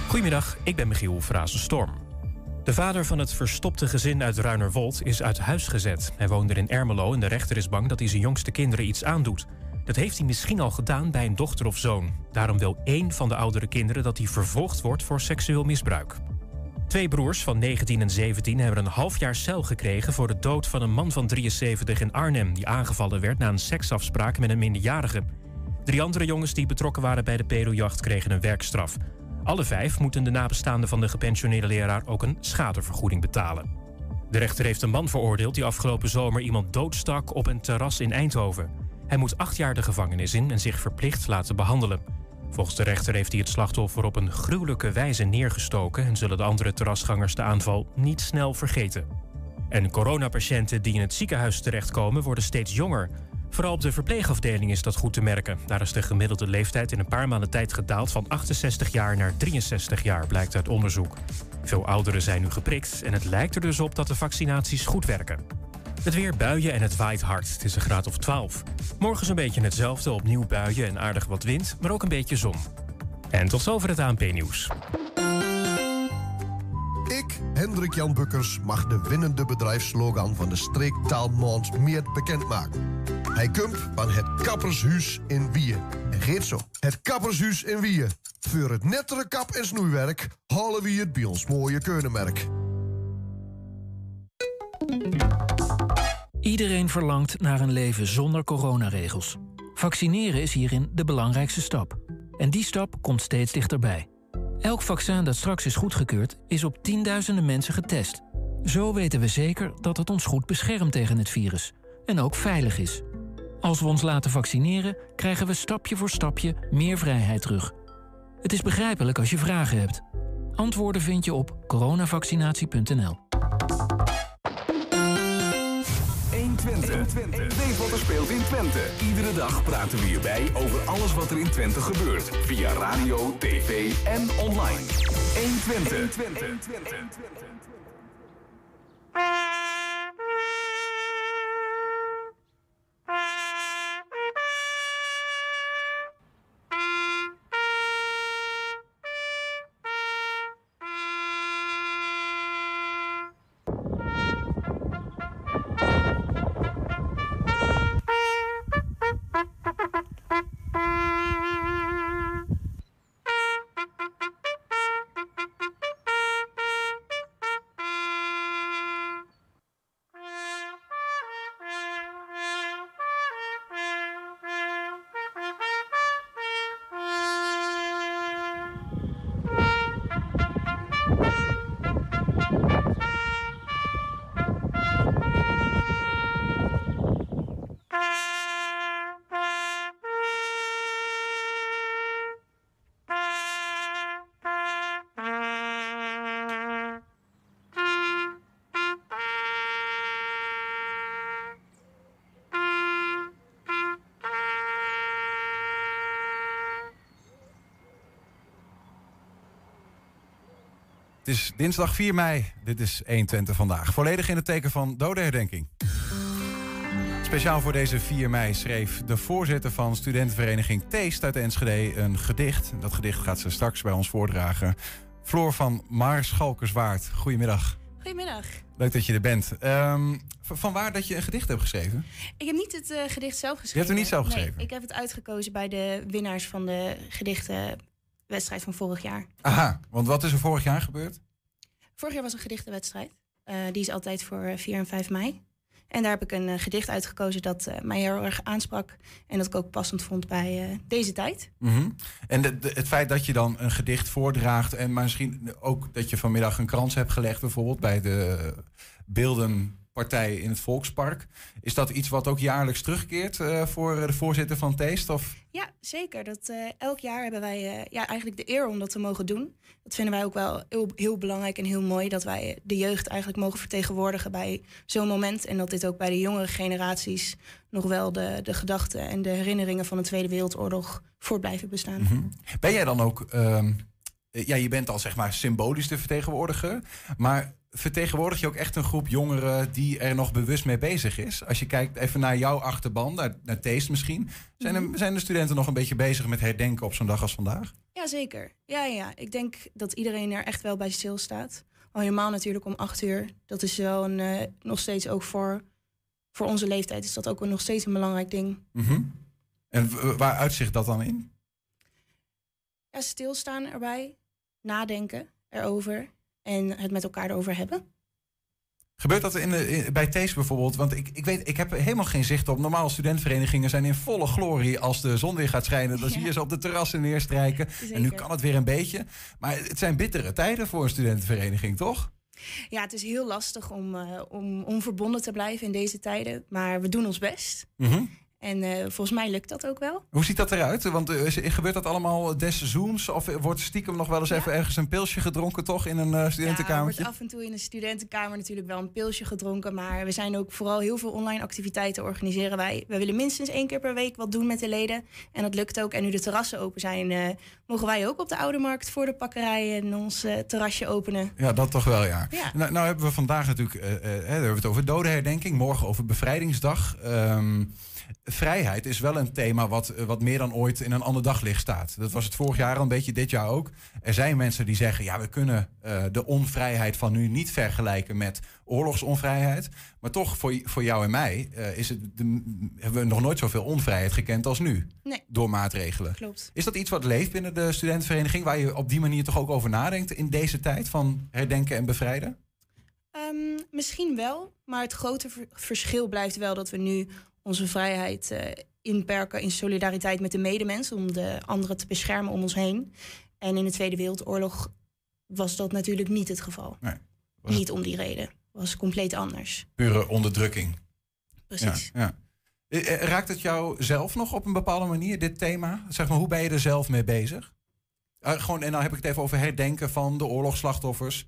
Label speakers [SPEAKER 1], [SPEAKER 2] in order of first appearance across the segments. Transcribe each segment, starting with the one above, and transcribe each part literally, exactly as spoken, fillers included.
[SPEAKER 1] Goedemiddag, ik ben Michiel Frazen-Storm. De vader van het verstopte gezin uit Ruinerwold is uit huis gezet. Hij woonde in Ermelo en de rechter is bang dat hij zijn jongste kinderen iets aandoet. Dat heeft hij misschien al gedaan bij een dochter of zoon. Daarom wil één van de oudere kinderen dat hij vervolgd wordt voor seksueel misbruik. Twee broers van negentien en zeventien hebben een half jaar cel gekregen voor de dood van een man van drieënzeventig in Arnhem die aangevallen werd na een seksafspraak met een minderjarige. Drie andere jongens die betrokken waren bij de pedojacht kregen een werkstraf. Alle vijf moeten de nabestaanden van de gepensioneerde leraar ook een schadevergoeding betalen. De rechter heeft een man veroordeeld die afgelopen zomer iemand doodstak op een terras in Eindhoven. Hij moet acht jaar de gevangenis in en zich verplicht laten behandelen. Volgens de rechter heeft hij het slachtoffer op een gruwelijke wijze neergestoken en zullen de andere terrasgangers de aanval niet snel vergeten. En coronapatiënten die in het ziekenhuis terechtkomen worden steeds jonger. Vooral op de verpleegafdeling is dat goed te merken. Daar is de gemiddelde leeftijd in een paar maanden tijd gedaald van achtenzestig jaar naar drieënzestig jaar, blijkt uit onderzoek. Veel ouderen zijn nu geprikt en het lijkt er dus op dat de vaccinaties goed werken. Het weer buien en het waait hard. Het is een graad of twaalf. Morgen is een beetje hetzelfde, opnieuw buien en aardig wat wind, maar ook een beetje zon. En tot zover het A N P-nieuws.
[SPEAKER 2] Ik, Hendrik Jan Bukkers, mag de winnende bedrijfslogan van de streektaalmaand meer bekendmaken. Hij komt van het Kappershuis in Wieën. En geet zo. Het Kappershuis in Wieën. Voor het nettere kap- en snoeiwerk halen we het bij ons mooie keunenmerk.
[SPEAKER 3] Iedereen verlangt naar een leven zonder coronaregels. Vaccineren is hierin de belangrijkste stap. En die stap komt steeds dichterbij. Elk vaccin dat straks is goedgekeurd, is op tienduizenden mensen getest. Zo weten we zeker dat het ons goed beschermt tegen het virus. En ook veilig is. Als we ons laten vaccineren, krijgen we stapje voor stapje meer vrijheid terug. Het is begrijpelijk als je vragen hebt. Antwoorden vind je op coronavaccinatie punt n l.
[SPEAKER 4] honderdtwintig. Weet wat er speelt in Twente. Iedere dag praten we hierbij over alles wat er in Twente gebeurt. Via radio, tv en online. honderdtwintig.
[SPEAKER 5] Het is dinsdag vier mei. Dit is honderdtwintig vandaag. Volledig in het teken van dodenherdenking. Speciaal voor deze vier mei schreef de voorzitter van studentenvereniging Teest uit Enschede een gedicht. Dat gedicht gaat ze straks bij ons voordragen. Floor van Maarschalkerswaard, goedemiddag.
[SPEAKER 6] Goedemiddag.
[SPEAKER 5] Leuk dat je er bent. Um, van waar dat je een gedicht hebt geschreven?
[SPEAKER 6] Ik heb niet het uh, gedicht zelf geschreven.
[SPEAKER 5] Je hebt het niet zelf geschreven?
[SPEAKER 6] Nee, ik heb het uitgekozen bij de winnaars van de gedichtenwedstrijd van vorig jaar.
[SPEAKER 5] Aha, want wat is er vorig jaar gebeurd?
[SPEAKER 6] Vorig jaar was een gedichtenwedstrijd. Uh, die is altijd voor vier en vijf mei. En daar heb ik een uh, gedicht uitgekozen dat uh, mij heel erg aansprak. En dat ik ook passend vond bij uh, deze tijd.
[SPEAKER 5] Mm-hmm. En de, de, het feit dat je dan een gedicht voordraagt... en misschien ook dat je vanmiddag een krans hebt gelegd... bijvoorbeeld bij de Beeldenpartij in het Volkspark... is dat iets wat ook jaarlijks terugkeert uh, voor de voorzitter van Teest? Of?
[SPEAKER 6] Ja, zeker. Dat, uh, elk jaar hebben wij uh, ja, eigenlijk de eer om dat te mogen doen. Dat vinden wij ook wel heel, heel belangrijk en heel mooi... dat wij de jeugd eigenlijk mogen vertegenwoordigen bij zo'n moment... en dat dit ook bij de jongere generaties... nog wel de, de gedachten en de herinneringen van de Tweede Wereldoorlog voort blijven bestaan.
[SPEAKER 5] Mm-hmm. Ben jij dan ook... Um, ja, je bent al zeg maar symbolisch te vertegenwoordigen... maar vertegenwoordig je ook echt een groep jongeren die er nog bewust mee bezig is? Als je kijkt even naar jouw achterban, naar, naar Taste misschien. Zijn, er, zijn de studenten nog een beetje bezig met herdenken op zo'n dag als vandaag?
[SPEAKER 6] Jazeker. Ja, ja. Ik denk dat iedereen er echt wel bij stilstaat. Al helemaal natuurlijk om acht uur. Dat is wel een, uh, nog steeds ook voor, voor onze leeftijd is dat ook nog steeds een belangrijk ding.
[SPEAKER 5] Mm-hmm. En waar uitzicht dat dan in?
[SPEAKER 6] Ja, stilstaan erbij. Nadenken erover. En het met elkaar erover hebben.
[SPEAKER 5] Gebeurt dat in de, in, bij Taste bijvoorbeeld? Want ik, ik weet, ik heb er helemaal geen zicht op. Normaal studentenverenigingen zijn in volle glorie als de zon weer gaat schijnen. Dan ja. zie je ze op de terrassen neerstrijken. Zeker. En nu kan het weer een beetje. Maar het zijn bittere tijden voor een studentenvereniging, toch?
[SPEAKER 6] Ja, het is heel lastig om, uh, om, om verbonden te blijven in deze tijden. Maar we doen ons best. Mm-hmm. En uh, volgens mij lukt dat ook wel.
[SPEAKER 5] Hoe ziet dat eruit? Want uh, gebeurt dat allemaal des Zooms? Of wordt stiekem nog wel eens ja. even ergens een pilsje gedronken toch in een uh, studentenkamertje?
[SPEAKER 6] Ja, er wordt af en toe in een studentenkamer natuurlijk wel een pilsje gedronken. Maar we zijn ook vooral heel veel online activiteiten organiseren wij. We willen minstens één keer per week wat doen met de leden. En dat lukt ook. En nu de terrassen open zijn, uh, mogen wij ook op de Oude Markt voor de pakkerij en ons uh, terrasje openen.
[SPEAKER 5] Ja, dat toch wel, ja.
[SPEAKER 6] ja.
[SPEAKER 5] Nou, nou hebben we vandaag natuurlijk, uh, uh, we hebben het over dodenherdenking. Morgen over bevrijdingsdag. Um, Vrijheid is wel een thema wat, wat meer dan ooit in een ander daglicht staat. Dat was het vorig jaar al een beetje, dit jaar ook. Er zijn mensen die zeggen, ja, we kunnen uh, de onvrijheid van nu niet vergelijken met oorlogsonvrijheid. Maar toch, voor, voor jou en mij uh, is het de, hebben we nog nooit zoveel onvrijheid gekend als nu.
[SPEAKER 6] Nee.
[SPEAKER 5] Door maatregelen.
[SPEAKER 6] Klopt.
[SPEAKER 5] Is dat iets wat leeft binnen de studentenvereniging, waar je op die manier toch ook over nadenkt in deze tijd van herdenken en bevrijden?
[SPEAKER 6] Um, misschien wel, maar het grote ver- verschil blijft wel dat we nu onze vrijheid uh, inperken in solidariteit met de medemens, om de anderen te beschermen om ons heen. En in de Tweede Wereldoorlog was dat natuurlijk niet het geval. Nee, was niet het... om die reden. Het was compleet anders.
[SPEAKER 5] Pure onderdrukking.
[SPEAKER 6] Precies.
[SPEAKER 5] Ja, ja. Raakt het jou zelf nog op een bepaalde manier, dit thema? Zeg maar, hoe ben je er zelf mee bezig? Uh, gewoon, en dan heb ik het even over herdenken van de oorlogsslachtoffers.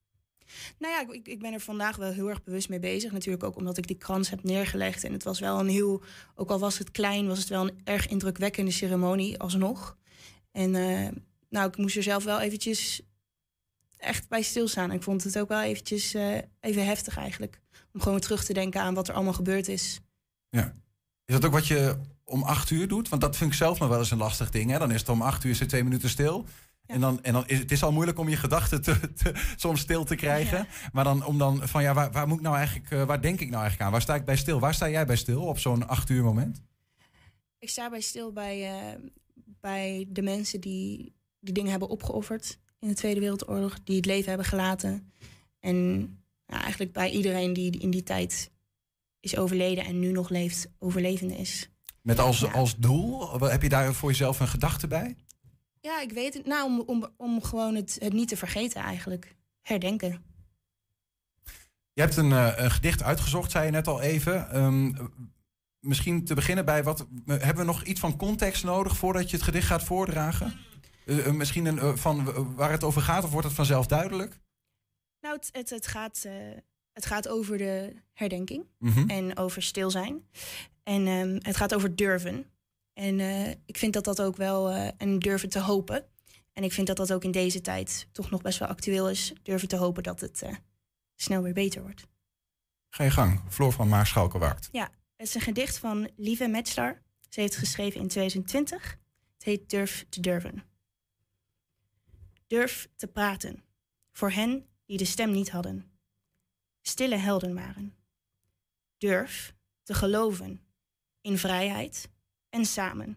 [SPEAKER 6] Nou ja, ik, ik ben er vandaag wel heel erg bewust mee bezig. Natuurlijk ook omdat ik die krans heb neergelegd. En het was wel een heel, ook al was het klein, was het wel een erg indrukwekkende ceremonie alsnog. En uh, nou, ik moest er zelf wel eventjes echt bij stilstaan. Ik vond het ook wel eventjes uh, even heftig eigenlijk. Om gewoon terug te denken aan wat er allemaal gebeurd is.
[SPEAKER 5] Ja. Is dat ook wat je om acht uur doet? Want dat vind ik zelf nog wel eens een lastig ding. Hè? Dan is het om acht uur, is het twee minuten stil. Ja. En dan, en dan is het is al moeilijk om je gedachten te, te, soms stil te krijgen. Ja. Maar dan om dan van ja, waar, waar moet ik nou eigenlijk, uh, waar denk ik nou eigenlijk aan? Waar sta ik bij stil? Waar sta jij bij stil op zo'n acht uur moment?
[SPEAKER 6] Ik sta bij stil bij, uh, bij de mensen die die dingen hebben opgeofferd in de Tweede Wereldoorlog, die het leven hebben gelaten. En ja, eigenlijk bij iedereen die in die tijd is overleden en nu nog leeft, overlevende is.
[SPEAKER 5] Met als,
[SPEAKER 6] ja.
[SPEAKER 5] als doel? Heb je daar voor jezelf een gedachte bij?
[SPEAKER 6] Ja, ik weet het. Nou, om, om, om gewoon het, het niet te vergeten eigenlijk. Herdenken.
[SPEAKER 5] Je hebt een, uh, een gedicht uitgezocht, zei je net al even. Um, misschien te beginnen bij wat... Hebben we nog iets van context nodig voordat je het gedicht gaat voordragen? Uh, uh, misschien een, uh, van uh, waar het over gaat, of wordt het vanzelf duidelijk?
[SPEAKER 6] Nou, het, het, het, gaat, uh, het gaat over de herdenking.
[SPEAKER 5] Mm-hmm.
[SPEAKER 6] En over stil zijn. En um, het gaat over durven. En uh, ik vind dat dat ook wel... Uh, en durven te hopen. En ik vind dat dat ook in deze tijd toch nog best wel actueel is. Durven te hopen dat het uh, snel weer beter wordt.
[SPEAKER 5] Ga je gang. Floor van Maarschalkerwaard.
[SPEAKER 6] Ja, het is een gedicht van Lieve Metzler. Ze heeft het geschreven in twintig twintig. Het heet Durf te durven. Durf te praten. Voor hen die de stem niet hadden. Stille helden waren. Durf te geloven in vrijheid en samen.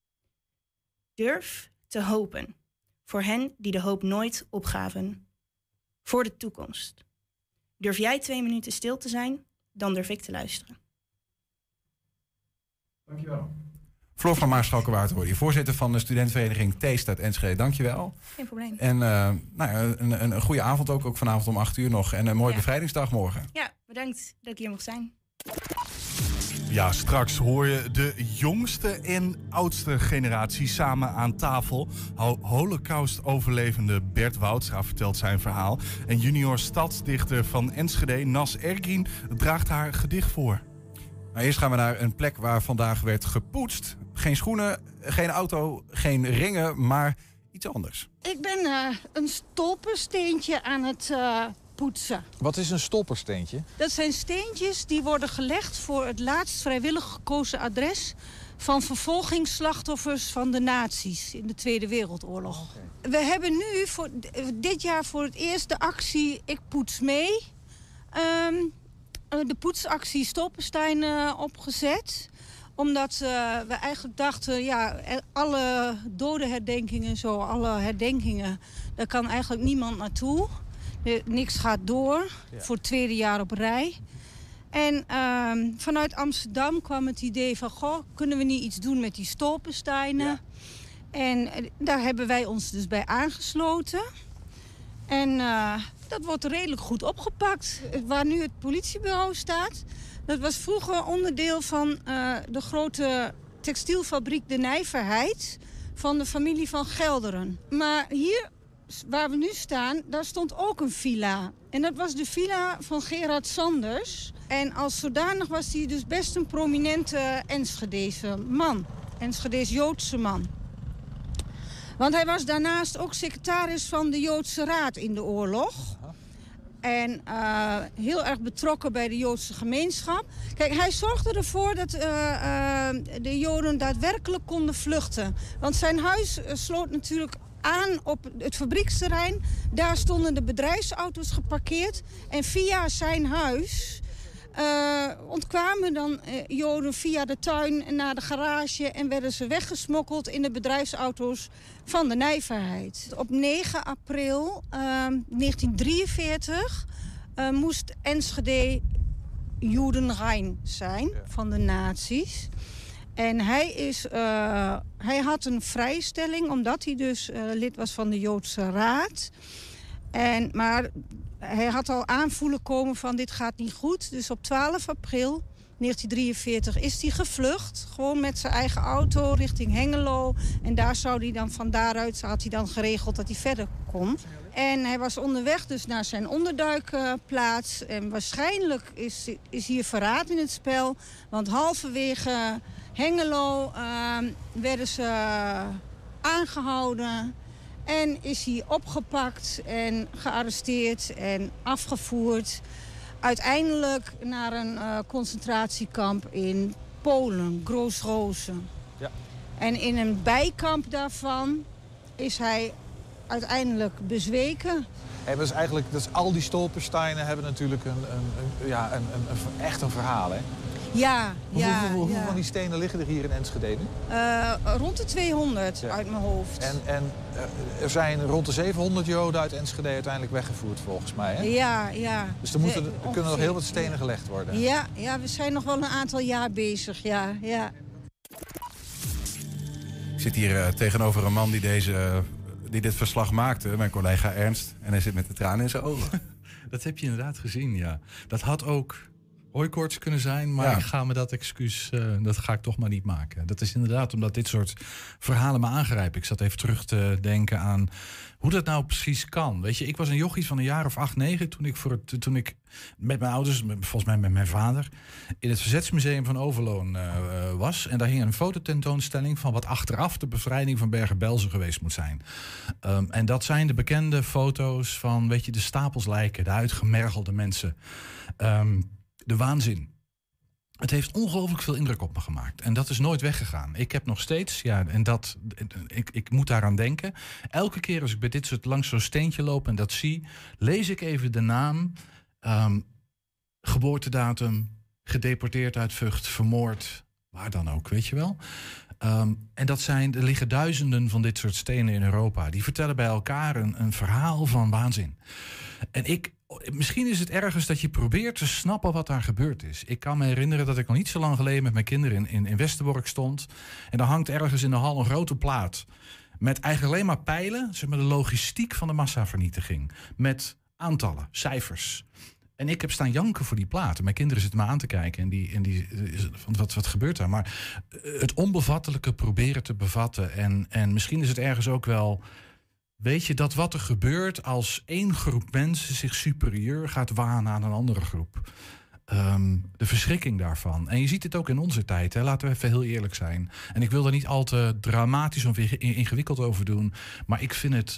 [SPEAKER 6] Durf te hopen. Voor hen die de hoop nooit opgaven. Voor de toekomst. Durf jij twee minuten stil te zijn, dan durf ik te luisteren.
[SPEAKER 5] Dankjewel. Floor van Maarschalkerwaard hoor je, voorzitter van de studentenvereniging Taste uit Enschede. Dankjewel.
[SPEAKER 6] Geen probleem.
[SPEAKER 5] En uh, nou ja, een, een, een goede avond ook, ook vanavond om acht uur nog. En een mooie
[SPEAKER 6] ja.
[SPEAKER 5] bevrijdingsdag morgen.
[SPEAKER 6] Ja, bedankt dat ik hier mocht zijn.
[SPEAKER 7] Ja, straks hoor je de jongste en oudste generatie samen aan tafel. Holocaust-overlevende Bert Woudstra vertelt zijn verhaal. En junior stadsdichter van Enschede, Nas Ergin, draagt haar gedicht voor.
[SPEAKER 5] Nou, eerst gaan we naar een plek waar vandaag werd gepoetst. Geen schoenen, geen auto, geen ringen, maar iets anders.
[SPEAKER 8] Ik ben uh, een stolpensteentje aan het uh, poetsen.
[SPEAKER 9] Wat is een stoppersteentje?
[SPEAKER 8] Dat zijn steentjes die worden gelegd voor het laatst vrijwillig gekozen adres van vervolgingsslachtoffers van de nazi's in de Tweede Wereldoorlog. Okay. We hebben nu voor dit jaar voor het eerst de actie Ik Poets Mee. Um, de poetsactie Stolperstein uh, opgezet. Omdat uh, we eigenlijk dachten, ja, alle dodenherdenkingen, zo, alle herdenkingen, daar kan eigenlijk niemand naartoe. De, niks gaat door, ja. Voor het tweede jaar op rij. En uh, vanuit Amsterdam kwam het idee van, goh, kunnen we niet iets doen met die stolpersteinen? Ja. En uh, daar hebben wij ons dus bij aangesloten. En uh, dat wordt redelijk goed opgepakt. Waar nu het politiebureau staat, dat was vroeger onderdeel van uh, de grote textielfabriek De Nijverheid van de familie van Gelderen. Maar hier, waar we nu staan, daar stond ook een villa. En dat was de villa van Gerard Sanders. En als zodanig was hij dus best een prominente Enschedese man. Enschedese Joodse man. Want hij was daarnaast ook secretaris van de Joodse Raad in de oorlog. En uh, heel erg betrokken bij de Joodse gemeenschap. Kijk, hij zorgde ervoor dat uh, uh, de Joden daadwerkelijk konden vluchten. Want zijn huis uh, sloot natuurlijk aan op het fabrieksterrein. Daar stonden de bedrijfsauto's geparkeerd. En via zijn huis uh, ontkwamen dan uh, Joden via de tuin naar de garage en werden ze weggesmokkeld in de bedrijfsauto's van de Nijverheid. Op negen april uh, negentien drieënveertig uh, moest Enschede Judenrein zijn van de nazi's. En hij, is, uh, hij had een vrijstelling omdat hij dus uh, lid was van de Joodse Raad. En, maar hij had al aanvoelen komen van dit gaat niet goed. Dus op twaalf april negentien drieënveertig is hij gevlucht. Gewoon met zijn eigen auto richting Hengelo. En daar zou hij dan van daaruit had hij dan geregeld dat hij verder kon. En hij was onderweg dus naar zijn onderduikplaats. En waarschijnlijk is, is hier verraad in het spel. Want halverwege Hengelo uh, werden ze aangehouden. En is hij opgepakt en gearresteerd en afgevoerd. Uiteindelijk naar een uh, concentratiekamp in Polen, Gross-Rosen. Ja. En in een bijkamp daarvan is hij uiteindelijk bezweken.
[SPEAKER 9] Hey, dat is eigenlijk, dat is, al die stolpersteinen hebben natuurlijk een, een, een, ja, een, een, een, echt een verhaal, hè?
[SPEAKER 8] Ja,
[SPEAKER 9] hoeveel,
[SPEAKER 8] ja.
[SPEAKER 9] Hoeveel, hoeveel
[SPEAKER 8] ja.
[SPEAKER 9] van die stenen liggen er hier in Enschede nu?
[SPEAKER 8] Uh, rond de tweehonderd ja. uit mijn hoofd.
[SPEAKER 9] En, en uh, er zijn rond de zevenhonderd Joden uit Enschede uiteindelijk weggevoerd, volgens mij, hè?
[SPEAKER 8] Ja, ja.
[SPEAKER 9] Dus er, moeten, er kunnen nog heel wat stenen ja. gelegd worden.
[SPEAKER 8] Ja, ja, we zijn nog wel een aantal jaar bezig, ja. ja.
[SPEAKER 5] Ik zit hier uh, tegenover een man die, deze, uh, die dit verslag maakte, mijn collega Ernst. En hij zit met de tranen in zijn ogen.
[SPEAKER 10] Dat heb je inderdaad gezien, ja. Dat had ook hooikoorts kunnen zijn, maar ja. ik ga me dat excuus, uh, dat ga ik toch maar niet maken. Dat is inderdaad omdat dit soort verhalen me aangrijpen. Ik zat even terug te denken aan hoe dat nou precies kan. Weet je, ik was een jochie van een jaar of acht, negen toen ik, voor het, toen ik met mijn ouders, volgens mij met mijn vader, in het Verzetsmuseum van Overloon uh, was. En daar hing een fototentoonstelling van wat achteraf de bevrijding van Bergen-Belsen geweest moet zijn. Um, en dat zijn de bekende foto's van, weet je, de stapels lijken, de uitgemergelde mensen. Um, De waanzin. Het heeft ongelooflijk veel indruk op me gemaakt. En dat is nooit weggegaan. Ik heb nog steeds, ja, en dat, ik, ik moet daaraan denken. Elke keer als ik bij dit soort langs zo'n steentje loop en dat zie, lees ik even de naam, um, geboortedatum, gedeporteerd uit Vught, vermoord, waar dan ook, weet je wel. Um, en dat zijn, er liggen duizenden van dit soort stenen in Europa. Die vertellen bij elkaar een, een verhaal van waanzin. En ik, misschien is het ergens dat je probeert te snappen wat daar gebeurd is. Ik kan me herinneren dat ik nog niet zo lang geleden met mijn kinderen in, in, in Westerbork stond. En daar hangt ergens in de hal een grote plaat. Met eigenlijk alleen maar pijlen, zeg maar de logistiek van de massavernietiging. Met aantallen, cijfers. En ik heb staan janken voor die plaat. En mijn kinderen zitten me aan te kijken. En die, en die wat, wat gebeurt daar? Maar het onbevattelijke proberen te bevatten. En, en misschien is het ergens ook wel, weet je, dat wat er gebeurt als één groep mensen zich superieur gaat wanen aan een andere groep. Um, de verschrikking daarvan. En je ziet het ook in onze tijd. Hè? Laten we even heel eerlijk zijn. En ik wil er niet al te dramatisch of ingewikkeld over doen. Maar ik vind het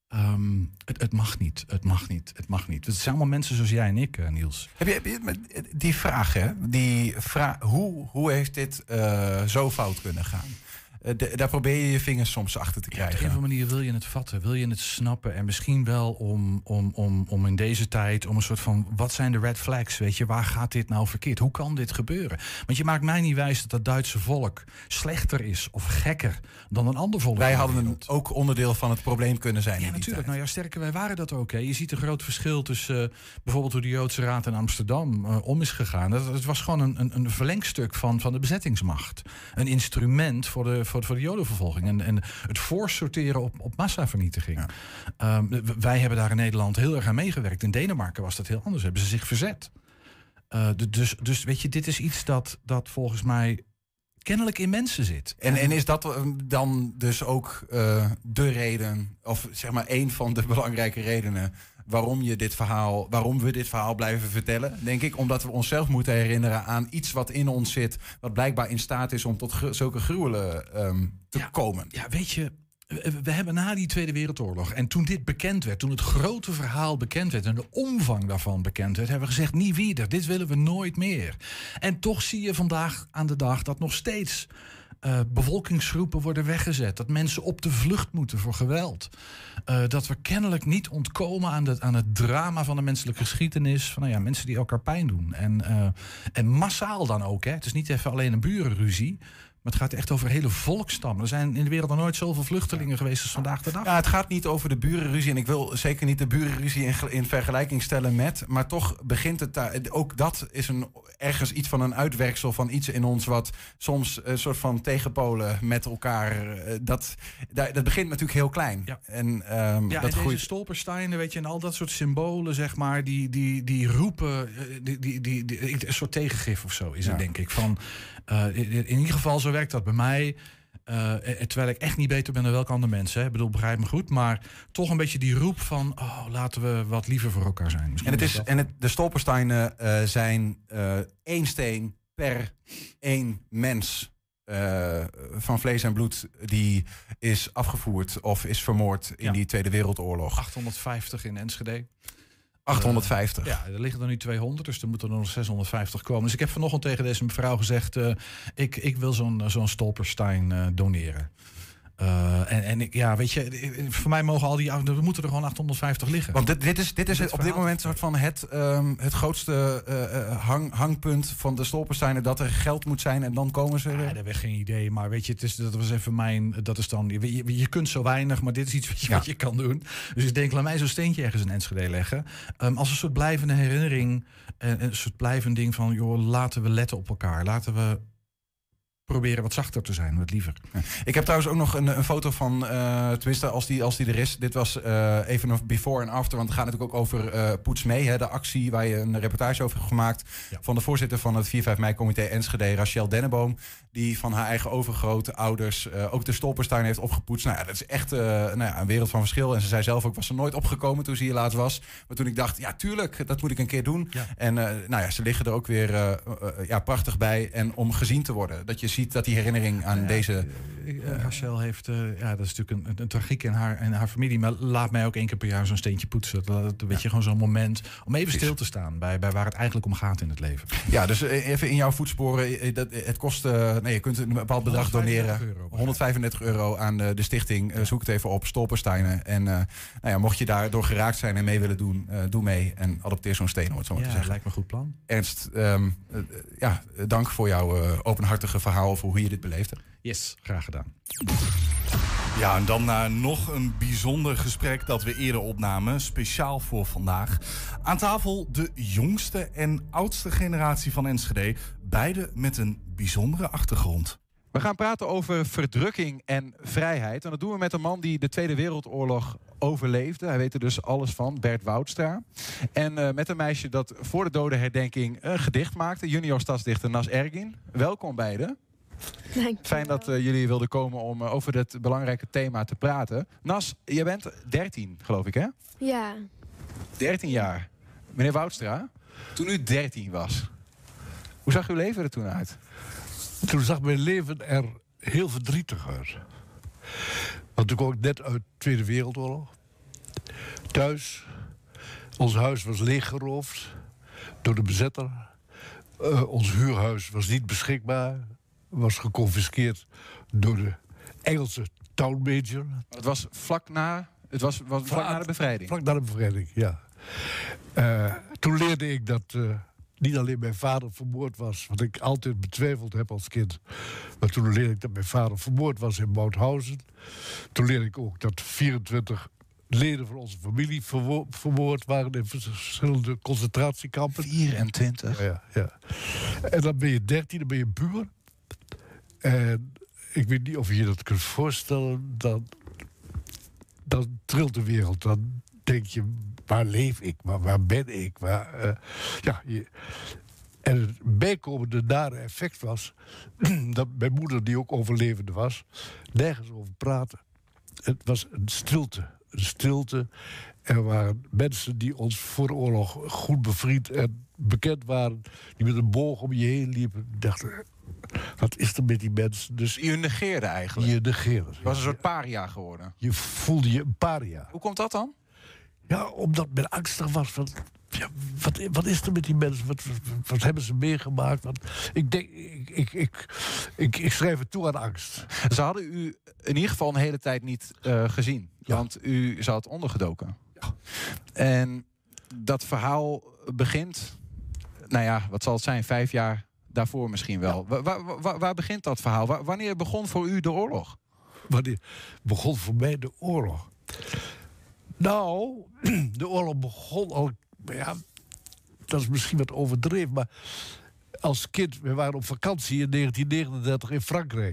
[SPEAKER 10] Um, het, het mag niet, het mag niet, het mag niet. Het zijn allemaal mensen zoals jij en ik, uh, Niels.
[SPEAKER 5] Heb je, heb je die vraag, hè? Die vraag, hoe, hoe heeft dit uh, zo fout kunnen gaan? Uh, de, daar probeer je je vingers soms achter te krijgen.
[SPEAKER 10] Ja, op een of andere manier wil je het vatten, wil je het snappen. En misschien wel om, om, om, om in deze tijd, om een soort van, wat zijn de red flags? Weet je, waar gaat dit nou verkeerd? Hoe kan dit gebeuren? Want je maakt mij niet wijs dat het Duitse volk slechter is of gekker dan een ander volk.
[SPEAKER 5] Wij hadden ook onderdeel van het probleem kunnen zijn.
[SPEAKER 10] Ja,
[SPEAKER 5] in die
[SPEAKER 10] natuurlijk.
[SPEAKER 5] tijd.
[SPEAKER 10] Nou ja, sterker, wij waren dat ook. Hè. Je ziet een groot verschil tussen uh, bijvoorbeeld hoe de Joodse Raad in Amsterdam uh, om is gegaan. Dat, het was gewoon een, een, een verlengstuk van, van de bezettingsmacht. Een instrument voor de, voor, voor de Jodenvervolging. En, en het voorsorteren op, op massavernietiging. Ja. Um, wij hebben daar in Nederland heel erg aan meegewerkt. In Denemarken was dat heel anders. Hebben ze zich verzet. Uh, dus, dus weet je, dit is iets dat, dat volgens mij kennelijk in mensen zit.
[SPEAKER 5] En, en is dat dan dus ook uh, de reden, of zeg maar één van de belangrijke redenen waarom je dit verhaal, waarom we dit verhaal blijven vertellen, denk ik, omdat we onszelf moeten herinneren aan iets wat in ons zit, wat blijkbaar in staat is om tot gru- zulke gruwelen um, te
[SPEAKER 10] ja,
[SPEAKER 5] komen.
[SPEAKER 10] Ja, weet je, we, we hebben na die Tweede Wereldoorlog, en toen dit bekend werd, toen het grote verhaal bekend werd en de omvang daarvan bekend werd, hebben we gezegd, niet wieder, dit willen we nooit meer. En toch zie je vandaag aan de dag dat nog steeds Uh, bevolkingsgroepen worden weggezet. Dat mensen op de vlucht moeten voor geweld. Uh, dat we kennelijk niet ontkomen aan, de, aan het drama van de menselijke geschiedenis. Van nou ja, mensen die elkaar pijn doen. En, uh, en massaal dan ook. Hè. Het is niet even alleen een burenruzie. Maar het gaat echt over hele volkstammen. Er zijn in de wereld nog nooit zoveel vluchtelingen geweest als vandaag de dag.
[SPEAKER 5] Ja, het gaat niet over de burenruzie. En ik wil zeker niet de burenruzie in, in vergelijking stellen met. Maar toch begint het daar. Ook dat is een, ergens iets van een uitwerksel van iets in ons wat soms een soort van tegenpolen met elkaar. Dat, dat, dat begint natuurlijk heel klein. Ja. En, um,
[SPEAKER 10] ja,
[SPEAKER 5] dat
[SPEAKER 10] en deze
[SPEAKER 5] groeit.
[SPEAKER 10] Stolpersteinen, weet je, en al dat soort symbolen, zeg maar, die, die, die roepen, die, die, die, die, een soort tegengif of zo is het, ja. denk ik. Van, uh, in, in ieder geval, zo werkt dat bij mij. Uh, terwijl ik echt niet beter ben dan welke andere mensen. Hè. Ik bedoel, begrijp me goed. Maar toch een beetje die roep van, oh, laten we wat liever voor elkaar zijn. Misschien
[SPEAKER 5] en het is, en het, de stolpersteinen uh, zijn uh, één steen per één mens. Uh, van vlees en bloed die is afgevoerd of is vermoord in ja. die Tweede Wereldoorlog.
[SPEAKER 10] achthonderdvijftig in Enschede.
[SPEAKER 5] achthonderdvijftig.
[SPEAKER 10] Uh, ja, er liggen er nu tweehonderd, dus er moeten er nog zeshonderdvijftig komen. Dus ik heb vanochtend tegen deze mevrouw gezegd, uh, ik, ik wil zo'n, zo'n stolperstein uh, doneren. Uh, en, en ik, ja, weet je, voor mij mogen al die, er moeten er gewoon achthonderdvijftig liggen.
[SPEAKER 5] Want dit, dit is, dit is dit op dit moment een soort van het, um, het grootste uh, hang, hangpunt van de stolpersteinen, dat er geld moet zijn en dan komen ze er.
[SPEAKER 10] Ja, daar heb ik geen idee, maar weet je, het is, dat was even mijn, dat is dan, je, je, je kunt zo weinig, maar dit is iets wat je, ja. wat je kan doen. Dus ik denk, laat mij zo'n steentje ergens in Enschede leggen. Um, als een soort blijvende herinnering, een, een soort blijvend ding van, joh, laten we letten op elkaar, laten we proberen wat zachter te zijn, wat liever.
[SPEAKER 5] Ja. Ik heb trouwens ook nog een, een foto van, uh, tenminste als die, als die er is. Dit was uh, even een before en after, want het gaat natuurlijk ook over uh, Poets mee, hè, de actie waar je een reportage over hebt gemaakt. Ja. Van de voorzitter van het vier vijf mei-comité Enschede, Rachel Denneboom, die van haar eigen overgrote ouders uh, ook de stolperstein heeft opgepoetst. Nou ja, dat is echt uh, nou ja, een wereld van verschil. En ze zei zelf ook, was ze nooit opgekomen toen ze hier laatst was. Maar toen ik dacht, ja tuurlijk, dat moet ik een keer doen. Ja. En uh, nou ja, ze liggen er ook weer uh, uh, ja, prachtig bij. En om gezien te worden, dat je ziet dat die herinnering aan ja, deze...
[SPEAKER 10] Uh, Rachel heeft, uh, ja, dat is natuurlijk een, een tragiek in haar, in haar familie, maar laat mij ook één keer per jaar zo'n steentje poetsen. Dat, dat weet ja. je, gewoon zo'n moment om even stil te staan bij, bij waar het eigenlijk om gaat in het leven.
[SPEAKER 5] Ja, dus uh, even in jouw voetsporen, dat, het kost, uh, nee, je kunt een bepaald bedrag doneren. Euro, honderdvijfendertig euro aan uh, de stichting. Uh, zoek het even op, Stolpersteinen. En uh, nou ja, mocht je daardoor geraakt zijn en mee willen doen, uh, doe mee en adopteer zo'n steen, om het zo maar
[SPEAKER 10] ja,
[SPEAKER 5] te zeggen.
[SPEAKER 10] Lijkt me een goed plan.
[SPEAKER 5] Ernst, um, uh, ja, dank voor jouw uh, openhartige verhaal over hoe je dit beleefde.
[SPEAKER 10] Yes, graag gedaan.
[SPEAKER 7] Ja, en dan naar nog een bijzonder gesprek dat we eerder opnamen, speciaal voor vandaag. Aan tafel de jongste en oudste generatie van Enschede, beide met een bijzondere achtergrond.
[SPEAKER 11] We gaan praten over verdrukking en vrijheid. En dat doen we met een man die de Tweede Wereldoorlog overleefde. Hij weet er dus alles van, Bert Woudstra. En uh, met een meisje dat voor de dodenherdenking een gedicht maakte, junior stadsdichter Nas Ergin. Welkom beiden. Fijn dat uh, jullie wilden komen om uh, over dit belangrijke thema te praten. Nas, jij bent dertien, geloof ik, hè?
[SPEAKER 12] Ja.
[SPEAKER 11] dertien jaar. Meneer Woudstra, toen u dertien was, hoe zag uw leven er toen uit?
[SPEAKER 13] Toen zag mijn leven er heel verdrietig uit. Want ik kwam net uit de Tweede Wereldoorlog. thuis. Ons huis was leeggeroofd door de bezetter. Uh, ons huurhuis was niet beschikbaar. Was geconfiskeerd door de Engelse town major.
[SPEAKER 11] Het was vlak na, het was, was vlak na de bevrijding?
[SPEAKER 13] Vlak na de bevrijding, ja. Uh, toen leerde ik dat uh, niet alleen mijn vader vermoord was, wat ik altijd betwijfeld heb als kind. Maar toen leerde ik dat mijn vader vermoord was in Mauthausen. Toen leerde ik ook dat vierentwintig leden van onze familie verwo- vermoord waren in verschillende concentratiekampen.
[SPEAKER 11] vierentwintig?
[SPEAKER 13] Ja, ja. En dan ben je dertien, dan ben je puber. En ik weet niet of je je dat kunt voorstellen. Dan, dan trilt de wereld. Dan denk je, waar leef ik? Waar, waar ben ik? Waar, uh, ja, je, en het bijkomende nare effect was dat mijn moeder, die ook overlevende was, nergens over praatte. Het was een stilte. Een stilte. Er waren mensen die ons voor de oorlog goed bevriend en bekend waren, die met een boog om je heen liepen. Dachten, wat is er met die mensen? Dus
[SPEAKER 11] je negeerde eigenlijk?
[SPEAKER 13] Je negeerde.
[SPEAKER 11] Je was een soort paria geworden?
[SPEAKER 13] Je voelde je een paria.
[SPEAKER 11] Hoe komt dat dan?
[SPEAKER 13] Ja, omdat men angstig was van, ja, wat, wat is er met die mensen? Wat, wat, wat hebben ze meegemaakt? Wat, ik, denk, ik, ik, ik, ik, ik schrijf het toe aan angst.
[SPEAKER 11] Ze hadden u in ieder geval een hele tijd niet uh, gezien. Ja. Want u zat ondergedoken.
[SPEAKER 13] Ja.
[SPEAKER 11] En dat verhaal begint, nou ja, wat zal het zijn? Vijf jaar daarvoor misschien wel. Ja. Waar, waar, waar begint dat verhaal? Waar, wanneer begon voor u de oorlog?
[SPEAKER 13] Wanneer begon voor mij de oorlog? Nou, de oorlog begon al. Ja, dat is misschien wat overdreven, maar als kind, we waren op vakantie in negentien negenendertig in Frankrijk.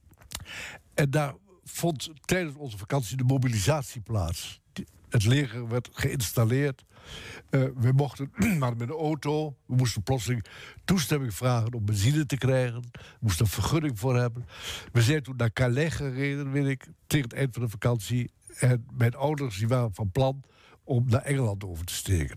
[SPEAKER 13] En daar vond tijdens onze vakantie de mobilisatie plaats. Het leger werd geïnstalleerd. Uh, we mochten maar met een auto. We moesten plotseling toestemming vragen om benzine te krijgen. We moesten een vergunning voor hebben. We zijn toen naar Calais gereden, weet ik, tegen het eind van de vakantie. En mijn ouders die waren van plan om naar Engeland over te steken.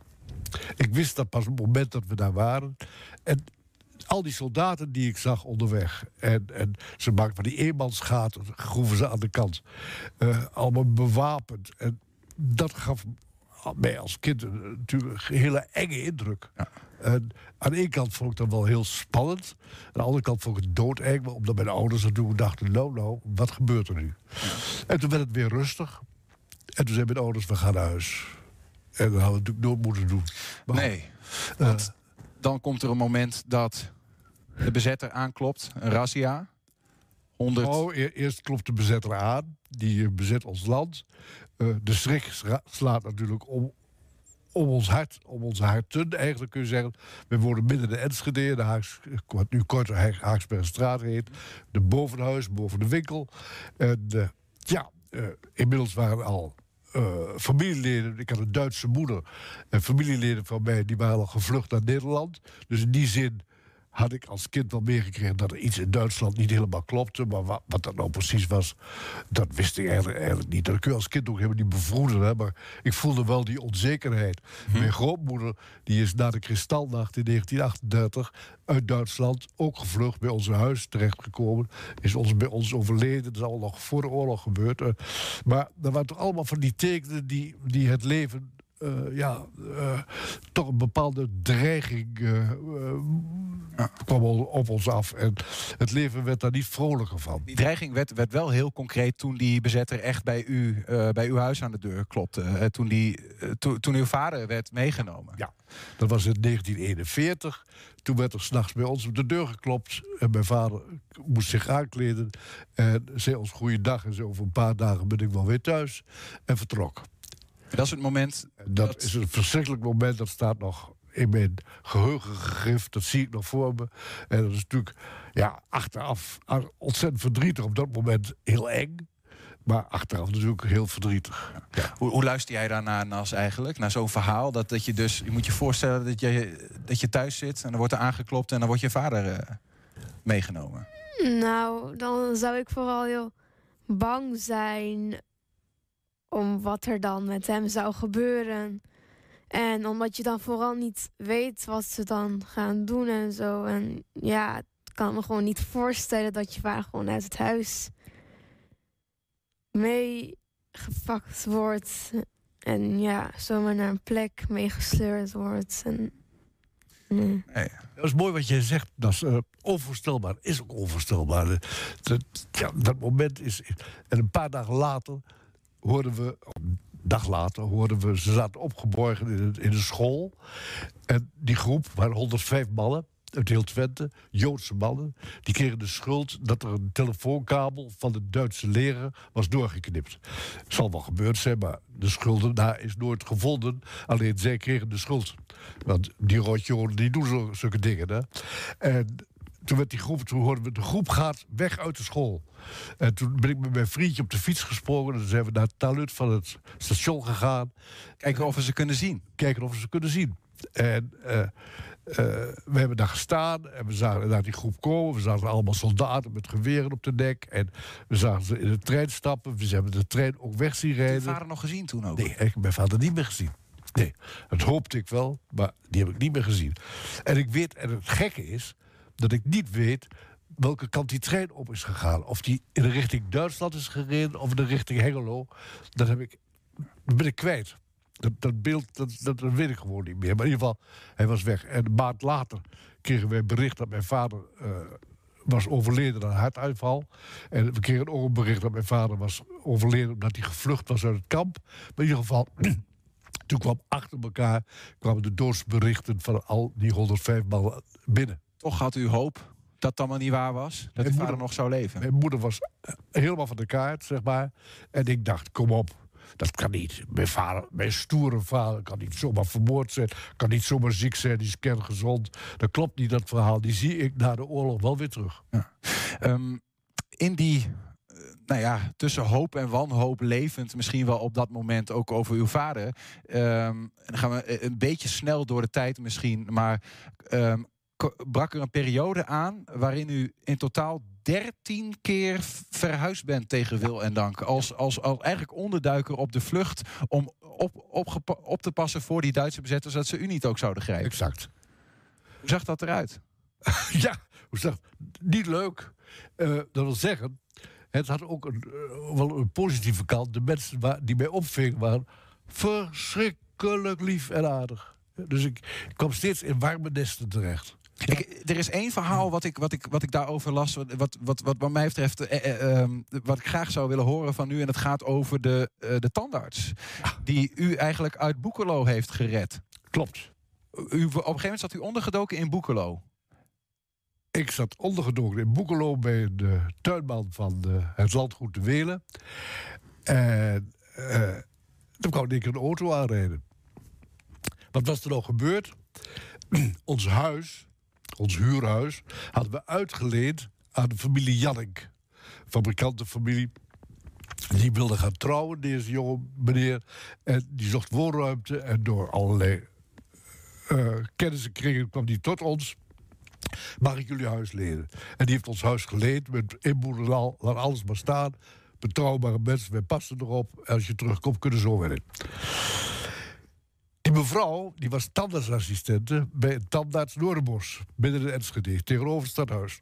[SPEAKER 13] Ik wist dat pas op het moment dat we daar waren. En al die soldaten die ik zag onderweg. En, en ze maakten van die eenmansgaten, groeven ze aan de kant. Uh, allemaal bewapend. En dat gaf mij als kind een, natuurlijk een hele enge indruk. Ja. En aan de ene kant vond ik dat wel heel spannend. Aan de andere kant vond ik het doodeng. Omdat mijn ouders natuurlijk dachten, nou, nou, wat gebeurt er nu? Ja. En toen werd het weer rustig. En toen zei mijn ouders, we gaan naar huis. En dat hadden we natuurlijk nooit moeten doen. Maar,
[SPEAKER 11] nee, want uh, dan komt er een moment dat de bezetter aanklopt, een razzia. honderd...
[SPEAKER 13] Oh, e- eerst klopt de bezetter aan, die bezet ons land. Uh, de schrik slaat natuurlijk om, om ons hart, om onze harten, eigenlijk kun je zeggen. We wonen midden in de Enschede, de Haags, wat nu korter Haaksbergstraat heet. De bovenhuis, boven de winkel. En uh, ja, uh, inmiddels waren al uh, familieleden. Ik had een Duitse moeder. En familieleden van mij, die waren al gevlucht naar Nederland. Dus in die zin had ik als kind wel meegekregen dat er iets in Duitsland niet helemaal klopte. Maar wat, wat dat nou precies was, dat wist ik eigenlijk, eigenlijk niet. Dat kun je als kind ook helemaal niet bevroeden. Hè? Maar ik voelde wel die onzekerheid. Hm. Mijn grootmoeder die is na de Kristalnacht in negentien achtendertig uit Duitsland ook gevlucht, bij ons huis terechtgekomen. Is ons, bij ons overleden. Dat is allemaal nog voor de oorlog gebeurd. Uh, maar dat waren toch allemaal van die tekenen die, die het leven Uh, ja, uh, toch een bepaalde dreiging uh, uh, ja. kwam op ons af. En het leven werd daar niet vrolijker van.
[SPEAKER 11] Die dreiging werd, werd wel heel concreet toen die bezetter echt bij, u, uh, bij uw huis aan de deur klopte. Uh, toen, die, uh, to, toen uw vader werd meegenomen.
[SPEAKER 13] Ja, dat was in negentien eenenveertig. Toen werd er 's nachts bij ons op de deur geklopt. En mijn vader moest zich aankleden. En zei ons goeiedag. En zei, over een paar dagen ben ik wel weer thuis. En vertrok.
[SPEAKER 11] Dat is het moment.
[SPEAKER 13] Dat, dat is een verschrikkelijk moment. Dat staat nog in mijn geheugen gegrift. Dat zie ik nog voor me. En dat is natuurlijk ja, achteraf ontzettend verdrietig. Op dat moment heel eng. Maar achteraf natuurlijk heel verdrietig.
[SPEAKER 11] Ja. Hoe, hoe luister jij daarnaar, Nas, eigenlijk? Naar zo'n verhaal? Dat, dat je dus, je moet je voorstellen dat je, dat je thuis zit en dan wordt er aangeklopt en dan wordt je vader uh, meegenomen.
[SPEAKER 12] Nou, dan zou ik vooral heel bang zijn om wat er dan met hem zou gebeuren. En omdat je dan vooral niet weet wat ze dan gaan doen en zo. En ja, ik kan me gewoon niet voorstellen dat je vader gewoon uit het huis meegepakt wordt. En ja, zomaar naar een plek meegesleurd wordt. En, nee.
[SPEAKER 13] Nee. Dat is mooi wat jij zegt. Dat is uh, onvoorstelbaar. Is ook onvoorstelbaar. Uh, dat, ja, dat moment is... En een paar dagen later hoorden we... Een dag later hoorden we... Ze zaten opgeborgen in de, in de school. En die groep waren honderdvijf mannen uit heel Twente, Joodse mannen, die kregen de schuld dat er een telefoonkabel van de Duitse leger was doorgeknipt. Het zal wel gebeurd zijn, maar de schuldenaar is nooit gevonden. Alleen zij kregen de schuld. Want die Rotjoden, die doen zo, zulke dingen. Hè? En toen werd die groep, toen hoorden we, de groep gaat weg uit de school. En toen ben ik met mijn vriendje op de fiets gesprongen. En toen zijn we naar het taluut van het station gegaan.
[SPEAKER 5] Kijken of we ze kunnen zien.
[SPEAKER 13] Kijken of we ze kunnen zien. En uh, uh, we hebben daar gestaan en we zagen naar die groep komen. We zagen allemaal soldaten met geweren op de nek. En we zagen ze in de trein stappen. We hebben de trein ook weg zien rijden.
[SPEAKER 5] Heb je vader nog gezien toen ook?
[SPEAKER 13] Nee, ik heb mijn vader niet meer gezien. Nee, dat hoopte ik wel, maar die heb ik niet meer gezien. En ik weet, en het gekke is, dat ik niet weet welke kant die trein op is gegaan. Of die in de richting Duitsland is gereden of in de richting Hengelo. Dat, heb ik, dat ben ik kwijt. Dat, dat beeld, dat, dat, dat weet ik gewoon niet meer. Maar in ieder geval, hij was weg. En een maand later kregen wij bericht dat mijn vader uh, was overleden aan een hartuitval. En we kregen ook een bericht dat mijn vader was overleden omdat hij gevlucht was uit het kamp. Maar in ieder geval, toen kwam achter elkaar kwamen de doodsberichten van al die honderdvijf man binnen.
[SPEAKER 5] Toch had u hoop dat het allemaal niet waar was? Dat uw vader nog zou leven?
[SPEAKER 13] Mijn moeder was helemaal van de kaart, zeg maar. En ik dacht, kom op. Dat kan niet. Mijn vader, mijn stoere vader kan niet zomaar vermoord zijn. Kan niet zomaar ziek zijn, die is kerngezond. Dat klopt niet, dat verhaal. Die zie ik na de oorlog wel weer terug.
[SPEAKER 5] Ja. Um, in die, nou ja, tussen hoop en wanhoop levend, misschien wel op dat moment ook over uw vader. Um, dan gaan we een beetje snel door de tijd misschien. Maar um, brak er een periode aan waarin u in totaal dertien keer verhuisd bent tegen wil en dank. Als, als, als eigenlijk onderduiker op de vlucht om op, op, op te passen voor die Duitse bezetters, dat ze u niet ook zouden grijpen.
[SPEAKER 13] Exact.
[SPEAKER 5] Hoe zag dat eruit?
[SPEAKER 13] Ja, hoe zag niet leuk. Uh, dat wil zeggen, het had ook een, uh, wel een positieve kant. De mensen waar, die mij opvingen waren verschrikkelijk lief en aardig. Dus ik, ik kwam steeds in warme nesten terecht.
[SPEAKER 5] Ik, er is één verhaal wat ik, wat ik, wat ik daarover las, wat, wat, wat, wat, wat mij betreft, eh, eh, wat ik graag zou willen horen van u. En het gaat over de, eh, de tandarts. Die u eigenlijk uit Boekelo heeft gered.
[SPEAKER 13] Klopt.
[SPEAKER 5] U, op een gegeven moment zat u ondergedoken in Boekelo.
[SPEAKER 13] Ik zat ondergedoken in Boekelo bij de tuinman van de, het landgoed de Welen. En uh, toen kwam ik een auto aanrijden. Wat was er nou gebeurd? Ons huis, ons huurhuis, hadden we uitgeleend aan de familie Jannink. Fabrikantenfamilie. Die wilde gaan trouwen, deze jonge meneer. En die zocht woonruimte. En door allerlei uh, kennissenkringen kwam die tot ons. Mag ik jullie huis lenen? En die heeft ons huis geleend met inboedel en al. Laat alles maar staan. Betrouwbare mensen, wij passen erop. En als je terugkomt, kunnen zo weer in. Die mevrouw, die was tandartsassistente bij een tandarts Noorderbos, binnen de Enschede, tegenover het stadhuis.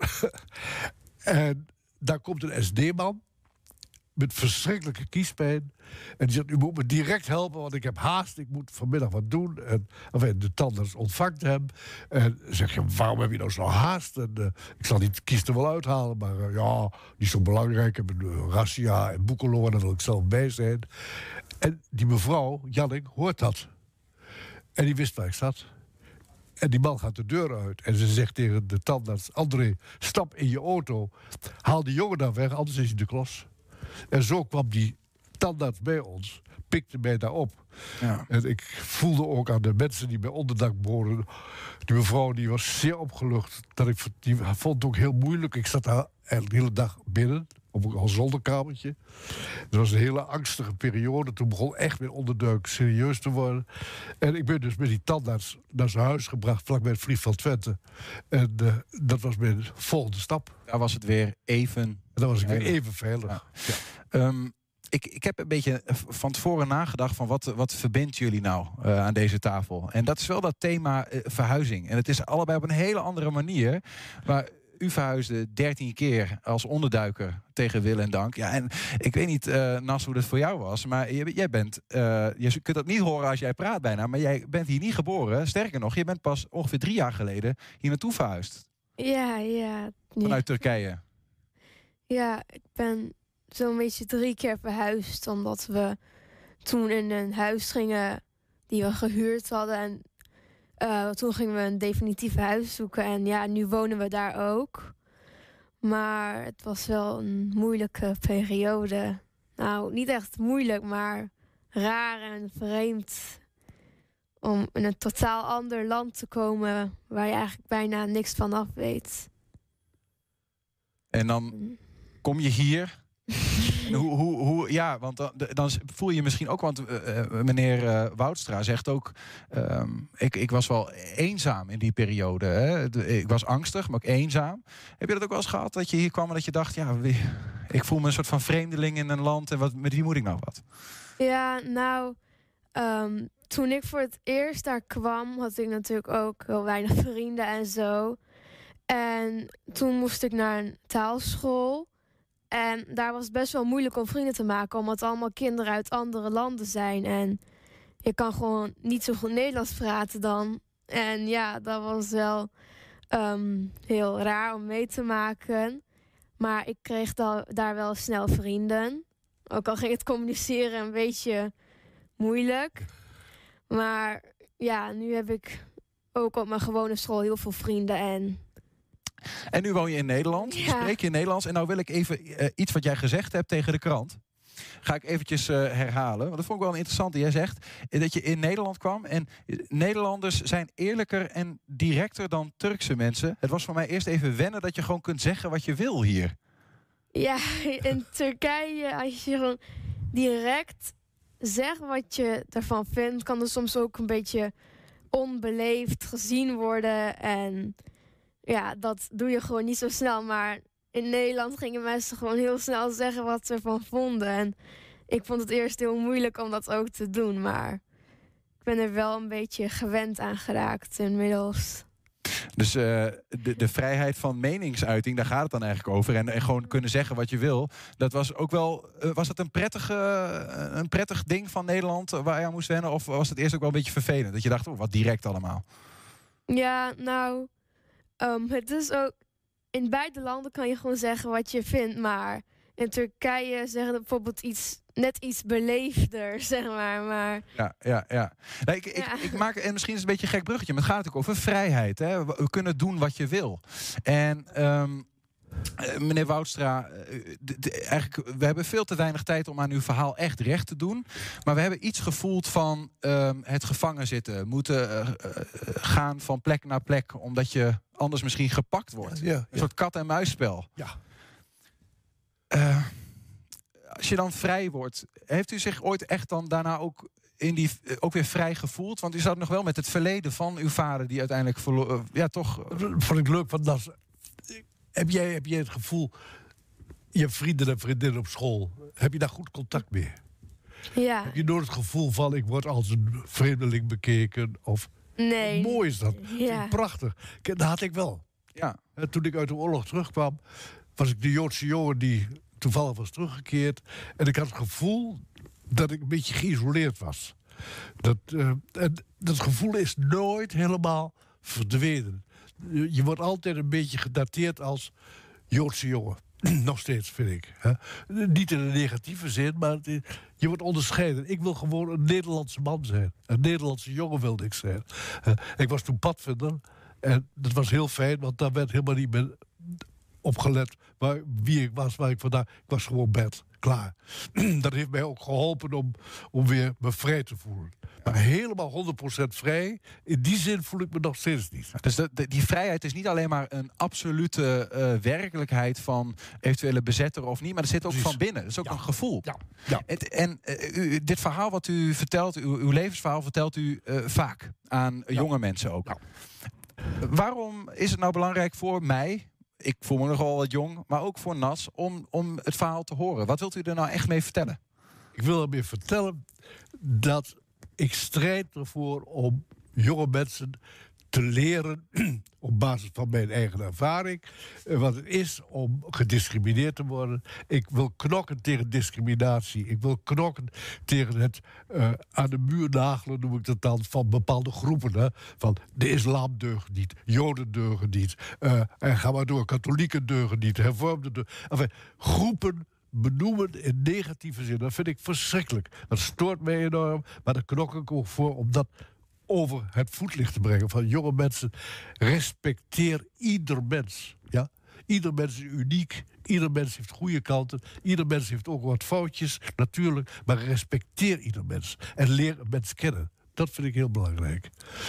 [SPEAKER 13] En daar komt een S D-man met verschrikkelijke kiespijn. En die zegt, u moet me direct helpen, want ik heb haast, ik moet vanmiddag wat doen. En enfin, de tandarts ontvangt hem. En zeg je, waarom heb je nou zo haast? En, uh, ik zal die kies er wel uithalen, maar uh, ja, niet zo belangrijk. Ik heb een uh, razzia en Boekelo en daar wil ik zelf bij zijn. En die mevrouw, Jannik, hoort dat. En die wist waar ik zat. En die man gaat de deur uit. En ze zegt tegen de tandarts, André, stap in je auto. Haal die jongen daar weg, anders is hij de klos. En zo kwam die tandarts bij ons. Pikte mij daar op. Ja. En ik voelde ook aan de mensen die bij onderdak boren. Die mevrouw die was zeer opgelucht. Dat ik, die vond het ook heel moeilijk. Ik zat daar de hele dag binnen. Op een zolderkamertje. Het was een hele angstige periode. Toen begon echt mijn onderduik serieus te worden. En ik ben dus met die tandarts naar zijn huis gebracht, vlakbij het Vliegveld Twente. En uh, dat was mijn volgende stap.
[SPEAKER 5] Daar was het weer even...
[SPEAKER 13] En dan was ik weer even veilig.
[SPEAKER 5] Ja. Ja. Um, ik, ik heb een beetje van tevoren nagedacht van wat, wat verbindt jullie nou uh, aan deze tafel? En dat is wel dat thema uh, verhuizing. En het is allebei op een hele andere manier. Maar
[SPEAKER 11] u verhuisde dertien keer als onderduiker tegen wil en dank. Ja, en ik weet niet, uh, Nas, hoe dat voor jou was. Maar jij, jij bent, uh, je kunt dat niet horen als jij praat bijna. Maar jij bent hier niet geboren. Sterker nog, je bent pas ongeveer drie jaar geleden hier naartoe verhuisd.
[SPEAKER 12] Ja, ja.
[SPEAKER 11] Vanuit
[SPEAKER 12] ja.
[SPEAKER 11] Turkije.
[SPEAKER 12] Ja, ik ben zo'n beetje drie keer verhuisd. Omdat we toen in een huis gingen die we gehuurd hadden. En uh, toen gingen we een definitief huis zoeken. En ja, nu wonen we daar ook. Maar het was wel een moeilijke periode. Nou, niet echt moeilijk, maar raar en vreemd. Om in een totaal ander land te komen waar je eigenlijk bijna niks van af weet.
[SPEAKER 11] En dan kom je hier. En hoe, hoe, hoe, ja, want dan, dan voel je je misschien ook... Want uh, meneer uh, Woudstra zegt ook... Um, ik, ik was wel eenzaam in die periode. Hè? Ik was angstig, maar ook eenzaam. Heb je dat ook wel eens gehad? Dat je hier kwam en dat je dacht... ja, wie, ik voel me een soort van vreemdeling in een land. En wat, met wie moet ik nou wat?
[SPEAKER 12] Ja, nou... Um, toen ik voor het eerst daar kwam... had ik natuurlijk ook heel weinig vrienden en zo. En toen moest ik naar een taalschool... En daar was het best wel moeilijk om vrienden te maken... omdat het allemaal kinderen uit andere landen zijn. En je kan gewoon niet zo goed Nederlands praten dan. En ja, dat was wel um, heel raar om mee te maken. Maar ik kreeg da- daar wel snel vrienden. Ook al ging het communiceren een beetje moeilijk. Maar ja, nu heb ik ook op mijn gewone school heel veel vrienden en...
[SPEAKER 11] En nu woon je in Nederland,
[SPEAKER 12] Ja.
[SPEAKER 11] spreek je in Nederlands. En nou wil ik even uh, iets wat jij gezegd hebt tegen de krant. Ga ik eventjes uh, herhalen. Want dat vond ik wel interessant. Jij zegt dat je in Nederland kwam. En Nederlanders zijn eerlijker en directer dan Turkse mensen. Het was voor mij eerst even wennen dat je gewoon kunt zeggen wat je wil hier.
[SPEAKER 12] Ja, in Turkije, als je gewoon direct zegt wat je ervan vindt... kan er soms ook een beetje onbeleefd gezien worden. En ja, dat doe je gewoon niet zo snel. Maar in Nederland gingen mensen gewoon heel snel zeggen wat ze ervan vonden. En ik vond het eerst heel moeilijk om dat ook te doen. Maar ik ben er wel een beetje gewend aan geraakt inmiddels.
[SPEAKER 11] Dus uh, de, de vrijheid van meningsuiting, daar gaat het dan eigenlijk over. En, en gewoon kunnen zeggen wat je wil. Dat was ook wel. Uh, was dat een, prettige, uh, een prettig ding van Nederland uh, waar je aan moest wennen? Of was het eerst ook wel een beetje vervelend? Dat je dacht, oh, wat direct allemaal.
[SPEAKER 12] Ja, nou, um, het is ook... In beide landen kan je gewoon zeggen wat je vindt. Maar in Turkije zeggen ze bijvoorbeeld iets... net iets beleefder, zeg maar. maar...
[SPEAKER 11] Ja, ja, ja. Nee, ik,
[SPEAKER 12] ja.
[SPEAKER 11] Ik, ik maak, en misschien is het een beetje een gek bruggetje, maar het gaat natuurlijk over vrijheid. Hè? We, we kunnen doen wat je wil. En um, uh, meneer Woudstra, uh, d- d- eigenlijk, we hebben veel te weinig tijd om aan uw verhaal echt recht te doen. Maar we hebben iets gevoeld van um, het gevangen zitten. Moeten uh, uh, gaan van plek naar plek, omdat je anders misschien gepakt wordt.
[SPEAKER 13] Ja, ja.
[SPEAKER 11] Een soort kat-en-muisspel.
[SPEAKER 13] Ja.
[SPEAKER 11] Uh, Als je dan vrij wordt, heeft u zich ooit echt dan daarna ook, in die, ook weer vrij gevoeld? Want u zat nog wel met het verleden van uw vader die uiteindelijk verlo- uh, ja, toch...
[SPEAKER 13] Dat vond ik leuk, want dat, heb, jij, heb jij het gevoel... je vrienden en vriendinnen op school, heb je daar goed contact mee?
[SPEAKER 12] Ja.
[SPEAKER 13] Heb je nooit het gevoel van, ik word als een vreemdeling bekeken? Of,
[SPEAKER 12] Nee.
[SPEAKER 13] Mooi is dat.
[SPEAKER 12] Ja.
[SPEAKER 13] Prachtig. Kijk, dat had ik wel.
[SPEAKER 11] Ja.
[SPEAKER 13] En toen ik uit de oorlog terugkwam, was ik de Joodse jongen die toevallig was teruggekeerd. En ik had het gevoel dat ik een beetje geïsoleerd was. Dat, uh, en dat gevoel is nooit helemaal verdwenen. Je, je wordt altijd een beetje gedateerd als Joodse jongen. Nog steeds, vind ik. Hè? Niet in een negatieve zin, maar het is, je wordt onderscheiden. Ik wil gewoon een Nederlandse man zijn. Een Nederlandse jongen wilde ik zijn. Uh, ik was toen padvinder. En dat was heel fijn, want daar werd helemaal niet meer opgelet waar, wie ik was, waar ik vandaan... Ik was gewoon bed, klaar. Dat heeft mij ook geholpen om, om weer me vrij te voelen. Maar helemaal honderd procent vrij, in die zin voel ik me nog steeds niet.
[SPEAKER 11] Dus de, de, die vrijheid is niet alleen maar een absolute uh, werkelijkheid van eventuele bezetter of niet, maar er zit ook Precies. van binnen. Dat is ook ja. een gevoel.
[SPEAKER 13] Ja. Ja.
[SPEAKER 11] Het, en uh, u, dit verhaal wat u vertelt, uw, uw levensverhaal vertelt u uh, vaak aan ja. jonge mensen ook. Ja. Waarom is het nou belangrijk voor mij, ik voel me nogal wat jong, maar ook voor Nas, om, om het verhaal te horen? Wat wilt u er nou echt mee vertellen?
[SPEAKER 13] Ik wil ermee vertellen dat ik strijd ervoor om jonge mensen te leren op basis van mijn eigen ervaring uh, wat het is om gediscrimineerd te worden. Ik wil knokken tegen discriminatie. Ik wil knokken tegen het uh, aan de muur nagelen, noem ik dat dan, van bepaalde groepen. Hè? Van de islam deugt niet, Joden deugen niet, uh, en ga maar door, katholieken deugen niet, hervormden deugen. Enfin, groepen benoemen in negatieve zin, dat vind ik verschrikkelijk. Dat stoort mij enorm, maar daar knok ik ook voor om dat over het voetlicht te brengen. Van jonge mensen, respecteer ieder mens. Ja? Ieder mens is uniek, ieder mens heeft goede kanten, ieder mens heeft ook wat foutjes, natuurlijk, maar respecteer ieder mens en leer een mens kennen. Dat vind ik heel belangrijk.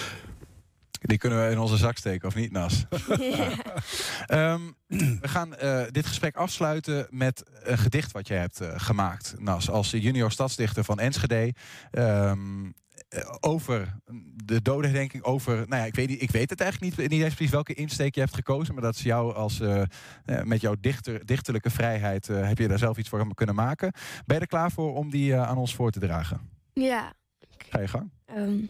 [SPEAKER 11] Die kunnen we in onze zak steken, of niet, Nas?
[SPEAKER 12] Ja.
[SPEAKER 11] um, we gaan uh, dit gesprek afsluiten met een gedicht wat jij hebt uh, gemaakt, Nas. Als junior stadsdichter van Enschede. Um, over de dodenherdenking, over... Nou ja, ik weet, niet, ik weet het eigenlijk niet, niet eens precies welke insteek je hebt gekozen, maar dat is jou als... Uh, uh, met jouw dichter, dichterlijke vrijheid uh, heb je daar zelf iets voor kunnen maken. Ben je er klaar voor om die uh, aan ons voor te dragen?
[SPEAKER 12] Ja.
[SPEAKER 11] Ga je gang.
[SPEAKER 12] Um,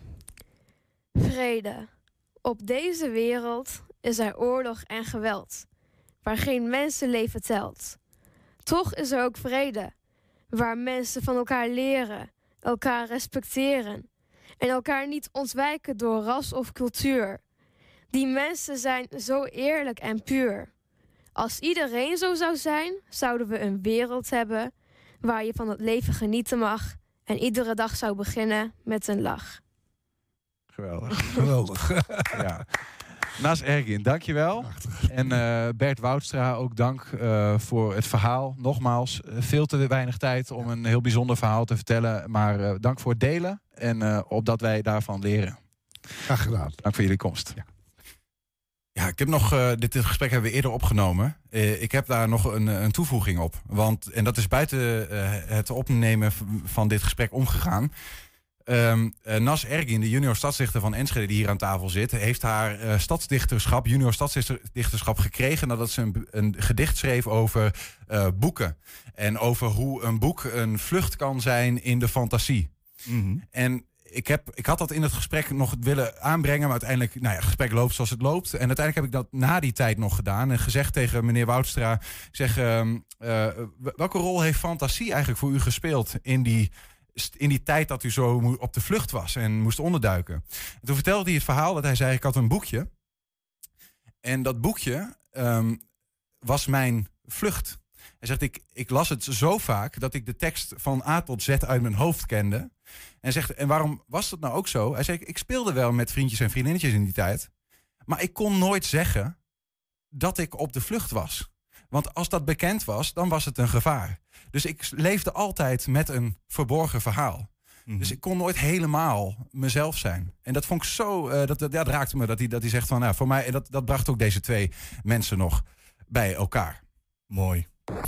[SPEAKER 12] vrede. Op deze wereld is er oorlog en geweld, waar geen mensenleven telt. Toch is er ook vrede, waar mensen van elkaar leren, elkaar respecteren en elkaar niet ontwijken door ras of cultuur. Die mensen zijn zo eerlijk en puur. Als iedereen zo zou zijn, zouden we een wereld hebben waar je van het leven genieten mag en iedere dag zou beginnen met een lach.
[SPEAKER 11] Geweldig.
[SPEAKER 13] Geweldig.
[SPEAKER 11] Ja. Nas Ergin, dankjewel. En uh, Bert Woudstra, ook dank uh, voor het verhaal. Nogmaals, uh, veel te weinig tijd om een heel bijzonder verhaal te vertellen. Maar uh, dank voor het delen en uh, opdat wij daarvan leren.
[SPEAKER 13] Graag gedaan.
[SPEAKER 11] Dank voor jullie komst.
[SPEAKER 5] Ja, ja ik heb nog, uh, dit, dit gesprek hebben we eerder opgenomen. Uh, ik heb daar nog een, een toevoeging op. Want, en dat is buiten uh, het opnemen van dit gesprek omgegaan. Um, uh, Nas Ergin, de junior stadsdichter van Enschede die hier aan tafel zit, heeft haar uh, stadsdichterschap, junior stadsdichterschap gekregen nadat ze een, een gedicht schreef over uh, boeken. En over hoe een boek een vlucht kan zijn in de fantasie. Mm-hmm. En ik, heb, ik had dat in het gesprek nog willen aanbrengen, maar uiteindelijk, nou ja, het gesprek loopt zoals het loopt. En uiteindelijk heb ik dat na die tijd nog gedaan en gezegd tegen meneer Woudstra, ik zeg, uh, uh, welke rol heeft fantasie eigenlijk voor u gespeeld in die in die tijd dat u zo op de vlucht was en moest onderduiken? En toen vertelde hij het verhaal dat hij zei, ik had een boekje. En dat boekje um, was mijn vlucht. Hij zegt, ik, ik las het zo vaak dat ik de tekst van A tot Z uit mijn hoofd kende. En zegt, en waarom was dat nou ook zo? Hij zegt, ik speelde wel met vriendjes en vriendinnetjes in die tijd. Maar ik kon nooit zeggen dat ik op de vlucht was. Want als dat bekend was, dan was het een gevaar. Dus ik leefde altijd met een verborgen verhaal. Mm-hmm. Dus ik kon nooit helemaal mezelf zijn. En dat vond ik zo, uh, dat, dat, ja, dat raakte me, dat hij, dat hij zegt van, nou, voor mij, en dat, dat bracht ook deze twee mensen nog bij elkaar.
[SPEAKER 7] Mooi.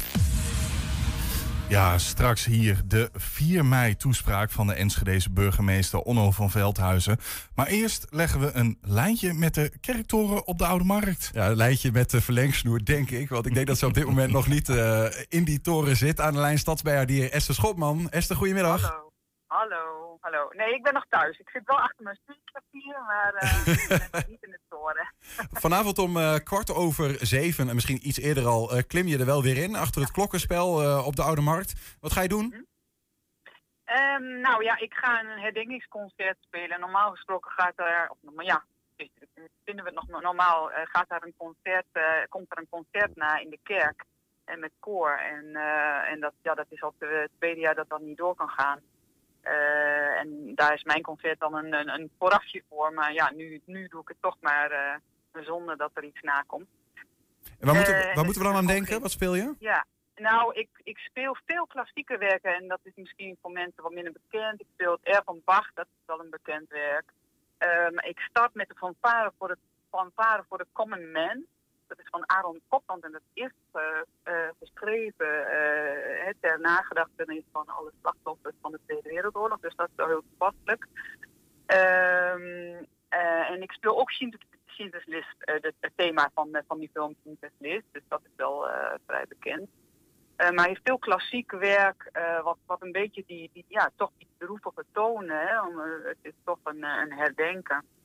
[SPEAKER 7] Ja, straks hier de vier mei toespraak van de Enschedese burgemeester Onno van Veldhuizen. Maar eerst leggen we een lijntje met de kerktoren op de Oude Markt.
[SPEAKER 5] Ja, een lijntje met de verlengsnoer, denk ik. Want ik denk dat ze op dit moment nog niet uh, in die toren zit. Aan de lijn stadsbeheerder Esther Schotman. Esther, goedemiddag.
[SPEAKER 14] Hallo. Hallo, hallo. Nee, ik ben nog thuis. Ik zit wel achter mijn stuurpapier, maar uh, ik ben nog niet in de toren.
[SPEAKER 5] Vanavond om uh, kwart over zeven, en misschien iets eerder al, uh, klim je er wel weer in achter het klokkenspel uh, op de Oude Markt. Wat ga je doen?
[SPEAKER 14] Hm? Um, nou ja, ik ga een herdenkingsconcert spelen. Normaal gesproken gaat er, of ja, vinden we het nog normaal, uh, gaat daar een concert, uh, komt er een concert na in de kerk en met koor. En, uh, en dat, ja, dat is al het tweede jaar dat dat niet door kan gaan. Uh, en daar is mijn concert dan een, een, een voorafje voor. Maar ja, nu, nu doe ik het toch maar uh, zonder dat er iets nakomt.
[SPEAKER 5] En waar, moeten,
[SPEAKER 14] uh,
[SPEAKER 5] waar moeten we dan aan denken? Wat speel je?
[SPEAKER 14] Ja, nou, ik, ik speel veel klassieke werken. En dat is misschien voor mensen wat minder bekend. Ik speel het R van Bach, dat is wel een bekend werk. Uh, maar ik start met de fanfare voor de, fanfare voor de Common Man. Dat is van Aaron Copland en dat is uh, uh, geschreven uh, ter nagedachtenis van alle slachtoffers van de Tweede Wereldoorlog. Dus dat is wel heel toepasselijk. Um, uh, en ik speel ook Schindler's List, uh, het, het thema van, uh, van die film Schindler's List. Dus dat is wel uh, vrij bekend. Uh, maar hij heeft veel klassiek werk, uh, wat, wat een beetje die, die, ja, toch die droevige tonen, hè, om, uh, het is toch een, een herdenken. Mm-hmm.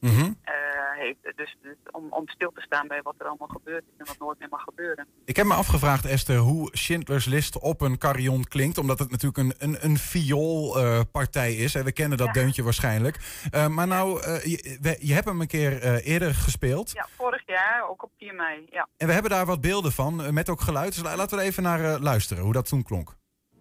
[SPEAKER 14] Uh, heeft. Dus, dus om, om stil te staan bij wat er allemaal gebeurt en wat nooit meer mag gebeuren.
[SPEAKER 5] Ik heb me afgevraagd, Esther, hoe Schindler's List op een carillon klinkt. Omdat het natuurlijk een, een, een vioolpartij uh, is. En we kennen dat ja. deuntje waarschijnlijk. Uh, maar nou, uh, je, we, je hebt hem een keer uh, eerder gespeeld.
[SPEAKER 14] Ja, vorig jaar, ook op vier mei. Ja.
[SPEAKER 5] En we hebben daar wat beelden van, uh, met ook geluid. Dus laten we er even naar uh, luisteren, hoe dat toen klonk.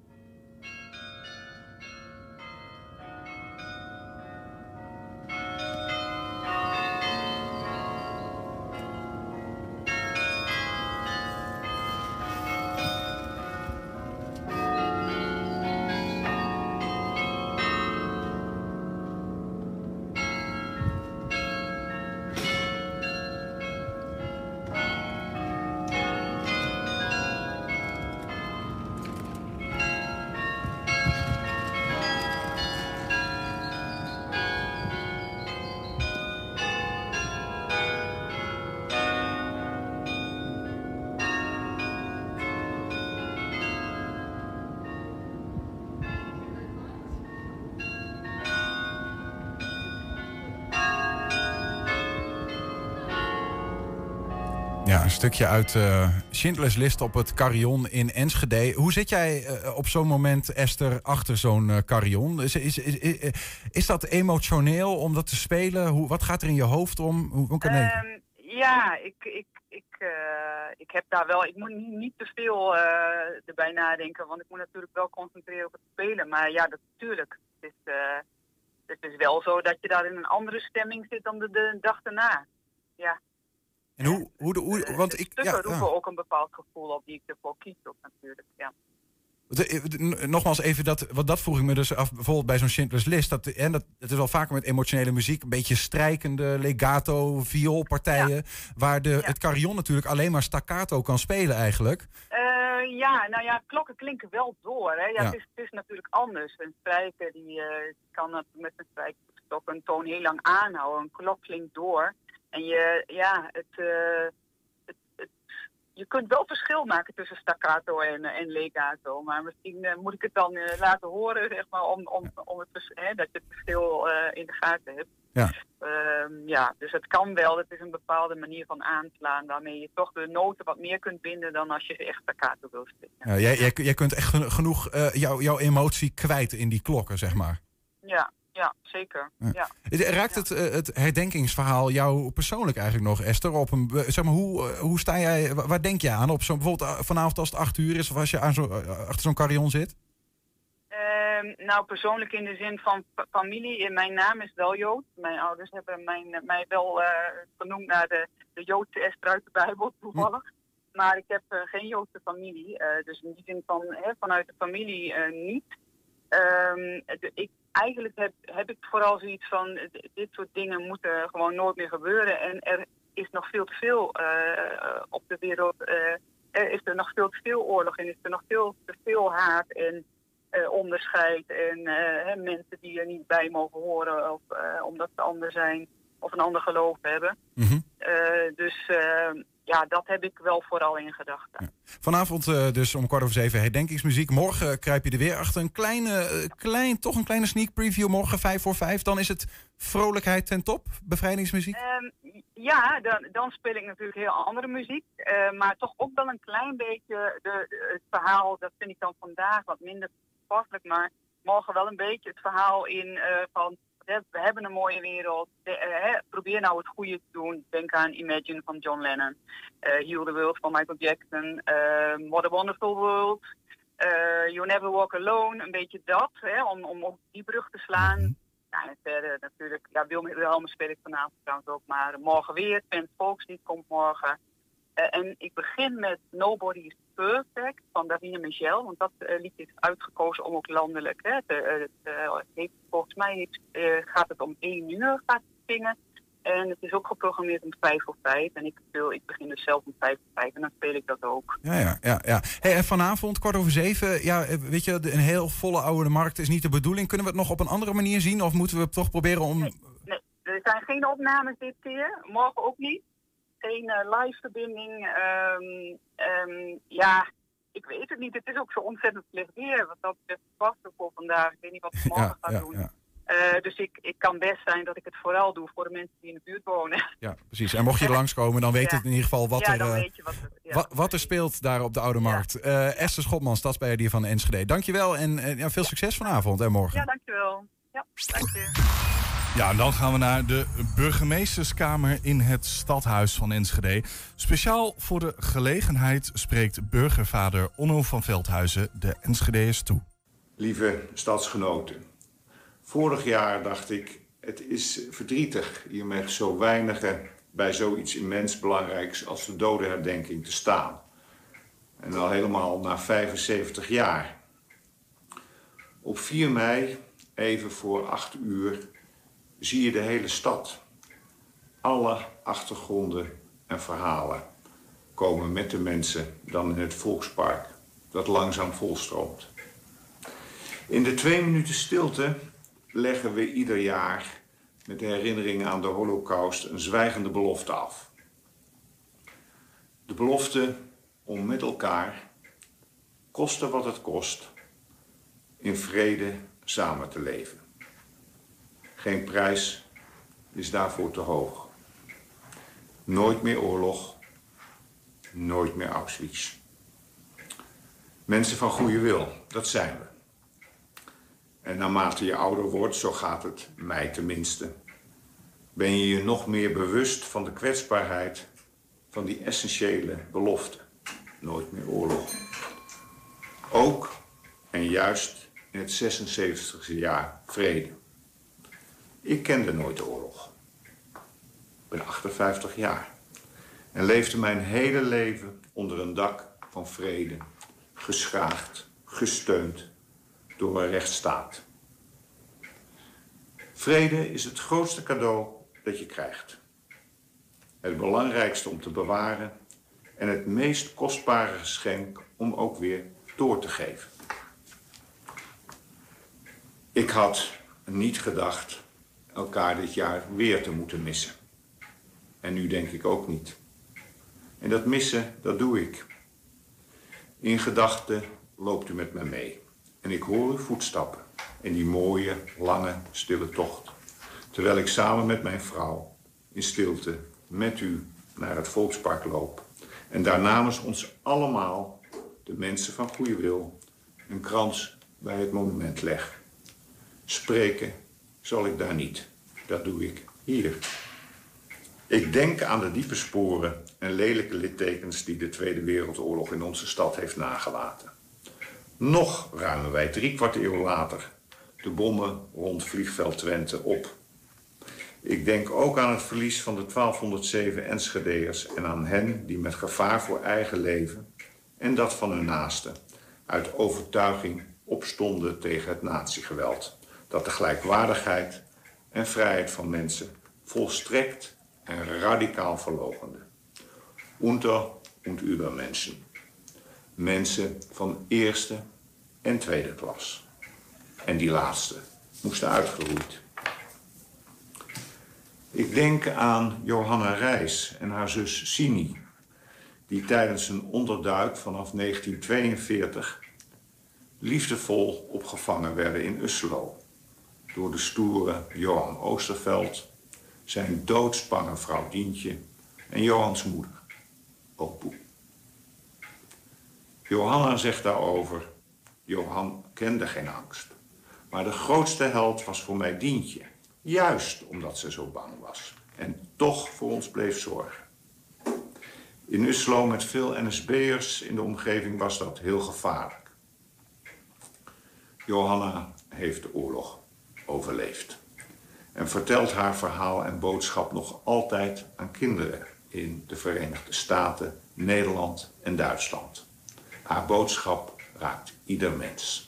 [SPEAKER 5] Ja, een stukje uit uh, Schindler's List op het carillon in Enschede. Hoe zit jij uh, op zo'n moment, Esther, achter zo'n uh, carillon? Is, is, is, is, is dat emotioneel om dat te spelen? Hoe, wat gaat er in je hoofd om? Hoe, hoe kan
[SPEAKER 14] um, ja, ik, ik, ik, uh, ik heb daar wel... Ik moet niet, niet te veel uh, erbij nadenken, want ik moet natuurlijk wel concentreren op het spelen. Maar ja, dat, natuurlijk. Het is, uh, het is wel zo dat je daar in een andere stemming zit dan de, de dag daarna. Ja.
[SPEAKER 5] En hoe, hoe, de, hoe want
[SPEAKER 14] de
[SPEAKER 5] ik
[SPEAKER 14] stukken
[SPEAKER 5] ja,
[SPEAKER 14] roepen
[SPEAKER 5] ja.
[SPEAKER 14] ook een bepaald gevoel op die ik ervoor kies ook natuurlijk, ja.
[SPEAKER 5] De, de, nogmaals even, dat, wat dat vroeg ik me dus af, bijvoorbeeld bij zo'n Schindler's List. Dat, en dat, het is wel vaker met emotionele muziek, een beetje strijkende legato, vioolpartijen, ja. waar de, ja. het carillon natuurlijk alleen maar staccato kan spelen eigenlijk.
[SPEAKER 14] Uh, ja, nou ja, klokken klinken wel door. Hè. Ja,
[SPEAKER 5] ja.
[SPEAKER 14] Het, is, het is natuurlijk anders. Een strijker die uh, kan met een strijkstok een toon heel lang aanhouden. Een klok klinkt door. En je, ja, het, uh, het, het, je kunt wel verschil maken tussen staccato en, en legato. Maar misschien uh, moet ik het dan uh, laten horen, zeg maar, om, om, om het, hè, dat je het verschil uh, in de gaten hebt.
[SPEAKER 5] Ja.
[SPEAKER 14] Uh, ja, dus het kan wel. Het is een bepaalde manier van aanslaan waarmee je toch de noten wat meer kunt binden dan als je echt staccato wil spelen.
[SPEAKER 5] Ja, jij, jij, jij kunt echt genoeg uh, jou, jouw emotie kwijt in die klokken, zeg maar.
[SPEAKER 14] Ja. Ja, zeker. Ja.
[SPEAKER 5] Ja. Raakt het, uh, het herdenkingsverhaal jou persoonlijk eigenlijk nog, Esther? Op een, zeg maar, hoe, uh, hoe sta jij, waar denk je aan? Op zo'n, bijvoorbeeld uh, vanavond als het acht uur is of als je aan zo, uh, achter zo'n carillon zit?
[SPEAKER 14] Uh, nou, persoonlijk in de zin van familie. Mijn naam is wel Jood. Mijn ouders hebben mijn, mij wel uh, genoemd naar de, de Joodse Esther uit de Bijbel, toevallig. Hm. Maar ik heb uh, geen Joodse familie. Uh, dus in die zin van, hè, vanuit de familie uh, niet. Um, de, ik Eigenlijk heb, heb ik vooral zoiets van, dit soort dingen moeten gewoon nooit meer gebeuren. En er is nog veel te veel uh, op de wereld. Uh, er is er nog veel te veel oorlog en is er nog veel te veel haat en uh, onderscheid. En uh, hè, mensen die er niet bij mogen horen of, uh, omdat ze ander zijn of een ander geloof hebben.
[SPEAKER 5] Mm-hmm.
[SPEAKER 14] Uh, dus uh, ja, dat heb ik wel vooral in gedachten.
[SPEAKER 5] Ja. Vanavond uh, dus om kwart over zeven herdenkingsmuziek. Morgen uh, kruip je er weer achter. Een kleine, uh, klein, toch een kleine sneak preview. Morgen vijf voor vijf. Dan is het vrolijkheid ten top, bevrijdingsmuziek?
[SPEAKER 14] Um, ja, dan, dan speel ik natuurlijk heel andere muziek. Uh, maar toch ook wel een klein beetje de, de, het verhaal. Dat vind ik dan vandaag wat minder toepasselijk. Maar morgen wel een beetje het verhaal in uh, van... We hebben een mooie wereld. De, uh, he, probeer nou het goede te doen. Denk aan Imagine van John Lennon. Uh, Heal the World van Michael Jackson. Uh, What a Wonderful World. Uh, You Never Walk Alone. Een beetje dat. Hè, om, om op die brug te slaan. Mm-hmm. Ja, en verder natuurlijk. Ja, Wilhelm speel ik vanavond trouwens ook. Maar morgen weer. Pent Volkslied komt morgen. Uh, en ik begin met Nobody is Perfect van Davina Michel. Want dat uh, liedje is uitgekozen om ook landelijk. Hè, te, uh, uh, heeft, volgens mij heeft, uh, gaat het om één uur gaat het zingen. En het is ook geprogrammeerd om vijf voor vijf. En ik, speel, ik begin dus zelf om vijf voor vijf. En dan speel ik dat ook.
[SPEAKER 5] Ja, ja, ja. ja. Hey, en vanavond, kwart over zeven. Ja, weet je, een heel volle oude markt is niet de bedoeling. Kunnen we het nog op een andere manier zien? Of moeten we het toch proberen om...
[SPEAKER 14] Nee, nee, er zijn geen opnames dit keer. Morgen ook niet. Geen uh, live verbinding. Um, um, ja, ik weet het niet. Het is ook zo ontzettend slecht weer. Want dat is vast voor vandaag. Ik weet niet wat we morgen
[SPEAKER 5] ja,
[SPEAKER 14] gaan
[SPEAKER 5] ja,
[SPEAKER 14] doen.
[SPEAKER 5] Ja.
[SPEAKER 14] Uh, dus ik, ik kan best zijn dat ik het vooral doe voor de mensen die in de buurt wonen.
[SPEAKER 5] Ja, precies. En mocht je er langskomen, dan weet
[SPEAKER 14] ja.
[SPEAKER 5] het in ieder geval wat,
[SPEAKER 14] ja,
[SPEAKER 5] er,
[SPEAKER 14] dan
[SPEAKER 5] uh,
[SPEAKER 14] weet je wat, het, ja.
[SPEAKER 5] wat, wat er speelt daar op de Oude Markt. Ja. Uh, Esther Schotman, stadsbeheerder van Enschede. Dankjewel en uh, ja, veel succes vanavond en morgen.
[SPEAKER 14] Ja, dankjewel. Ja, dank je.
[SPEAKER 7] Ja, en dan gaan we naar de burgemeesterskamer in het stadhuis van Enschede. Speciaal voor de gelegenheid spreekt burgervader Onno van Veldhuizen de Enschedeërs toe.
[SPEAKER 15] Lieve stadsgenoten, vorig jaar dacht ik, het is verdrietig hier met zo weinigen bij zoiets immens belangrijks als de dodenherdenking te staan. En al helemaal na vijfenzeventig jaar. Op vier mei, even voor acht uur, zie je de hele stad. Alle achtergronden en verhalen komen met de mensen dan in het Volkspark, dat langzaam volstroomt. In de twee minuten stilte leggen we ieder jaar met de herinnering aan de Holocaust een zwijgende belofte af. De belofte om met elkaar, koste wat het kost, in vrede samen te leven. Geen prijs is daarvoor te hoog. Nooit meer oorlog, nooit meer Auschwitz. Mensen van goede wil, dat zijn we. En naarmate je ouder wordt, zo gaat het mij tenminste, ben je je nog meer bewust van de kwetsbaarheid van die essentiële belofte. Nooit meer oorlog. Ook en juist in het zesenzeventigste jaar vrede. Ik kende nooit de oorlog. Ik ben achtenvijftig jaar en leefde mijn hele leven onder een dak van vrede, geschaagd, gesteund door een rechtsstaat. Vrede is het grootste cadeau dat je krijgt. Het belangrijkste om te bewaren en het meest kostbare geschenk om ook weer door te geven. Ik had niet gedacht elkaar dit jaar weer te moeten missen. En nu denk ik ook niet. En dat missen, dat doe ik. In gedachten loopt u met me mee. En ik hoor uw voetstappen in die mooie, lange, stille tocht. Terwijl ik samen met mijn vrouw in stilte met u naar het Volkspark loop. En daar namens ons allemaal, de mensen van goede wil, een krans bij het monument leg. Spreken zal ik daar niet. Dat doe ik hier. Ik denk aan de diepe sporen en lelijke littekens die de Tweede Wereldoorlog in onze stad heeft nagelaten. Nog ruimen wij drie kwart eeuw later de bommen rond vliegveld Twente op. Ik denk ook aan het verlies van de twaalfhonderdzeven Enschedeërs en aan hen die met gevaar voor eigen leven en dat van hun naasten uit overtuiging opstonden tegen het nazi-geweld, dat de gelijkwaardigheid en vrijheid van mensen volstrekt en radicaal verloochende. Unter und über Menschen. Mensen van eerste en tweede klas. En die laatste moesten uitgeroeid. Ik denk aan Johanna Reis en haar zus Sini, die tijdens een onderduik vanaf negentien tweeënveertig liefdevol opgevangen werden in Usselo door de stoere Johan Oosterveld, zijn doodsbange vrouw Dientje en Johans moeder, Opoe. Johanna zegt daarover, Johan kende geen angst. Maar de grootste held was voor mij Dientje. Juist omdat ze zo bang was. En toch voor ons bleef zorgen. In Usselo met veel N S B'ers in de omgeving was dat heel gevaarlijk. Johanna heeft de oorlog overleefd. En vertelt haar verhaal en boodschap nog altijd aan kinderen in de Verenigde Staten, Nederland en Duitsland. Haar boodschap raakt ieder mens.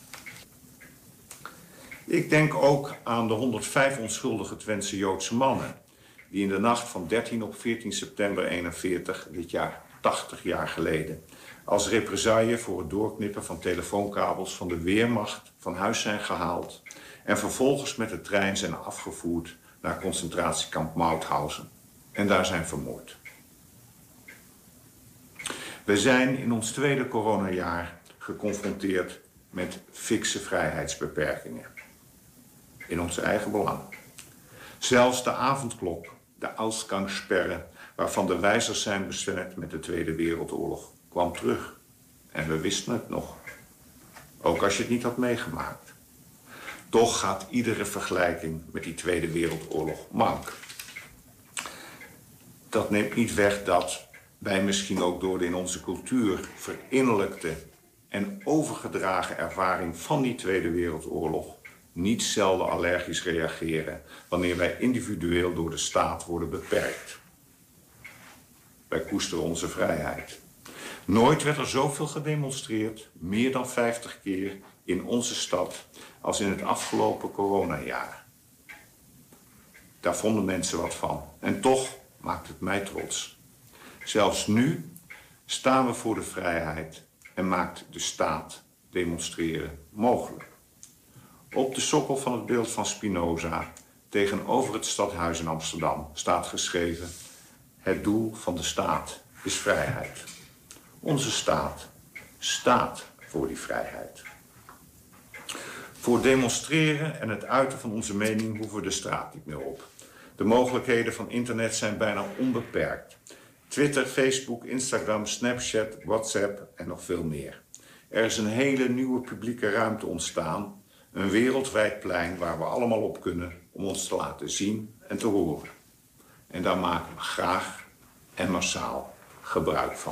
[SPEAKER 15] Ik denk ook aan de honderdvijf onschuldige Twentse Joodse mannen die in de nacht van dertien op veertien september eenenveertig, dit jaar tachtig jaar geleden, als represaille voor het doorknippen van telefoonkabels van de Weermacht van huis zijn gehaald en vervolgens met de trein zijn afgevoerd naar concentratiekamp Mauthausen en daar zijn vermoord. We zijn in ons tweede coronajaar geconfronteerd met fikse vrijheidsbeperkingen. in ons eigen belang. Zelfs de avondklok, de Ausgangssperre, waarvan de wijzers zijn besmet met de Tweede Wereldoorlog, kwam terug. En we wisten het nog. Ook als je het niet had meegemaakt. Toch gaat iedere vergelijking met die Tweede Wereldoorlog mank. Dat neemt niet weg dat wij misschien ook door de in onze cultuur verinnerlijkte en overgedragen ervaring van die Tweede Wereldoorlog niet zelden allergisch reageren wanneer wij individueel door de staat worden beperkt. Wij koesteren onze vrijheid. Nooit werd er zoveel gedemonstreerd, meer dan vijftig keer, in onze stad als in het afgelopen coronajaar. Daar vonden mensen wat van. En toch maakt het mij trots. Zelfs nu staan we voor de vrijheid en maakt de staat demonstreren mogelijk. Op de sokkel van het beeld van Spinoza tegenover het stadhuis in Amsterdam staat geschreven: het doel van de staat is vrijheid. Onze staat staat voor die vrijheid. Voor demonstreren en het uiten van onze mening hoeven we de straat niet meer op. De mogelijkheden van internet zijn bijna onbeperkt. Twitter, Facebook, Instagram, Snapchat, WhatsApp en nog veel meer. Er is een hele nieuwe publieke ruimte ontstaan. Een wereldwijd plein waar we allemaal op kunnen om ons te laten zien en te horen. En daar maken we graag en massaal gebruik van.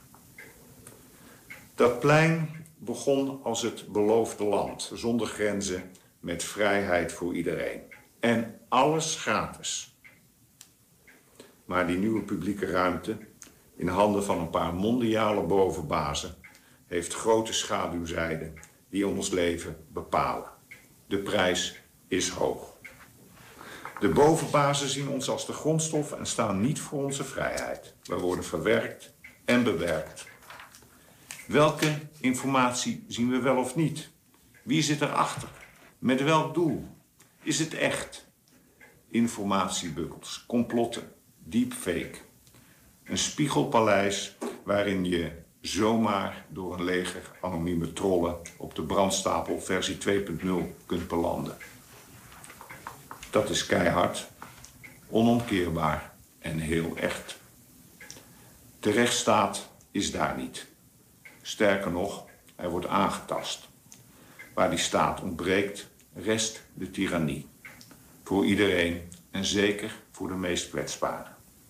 [SPEAKER 15] Dat plein begon als het beloofde land, zonder grenzen, met vrijheid voor iedereen. En alles gratis. Maar die nieuwe publieke ruimte, in handen van een paar mondiale bovenbazen, heeft grote schaduwzijden die ons leven bepalen. De prijs is hoog. De bovenbazen zien ons als de grondstof en staan niet voor onze vrijheid. We worden verwerkt en bewerkt. Welke informatie zien we wel of niet? Wie zit erachter? Met welk doel? Is het echt? Informatiebukkels, complotten, deepfake. Een spiegelpaleis waarin je zomaar door een leger anonieme trollen op de brandstapel versie twee punt nul kunt belanden. Dat is keihard, onomkeerbaar en heel echt. De rechtsstaat is daar niet. Sterker nog, hij wordt aangetast. Waar die staat ontbreekt, rest de tirannie. Voor iedereen en zeker voor de meest kwetsbaren.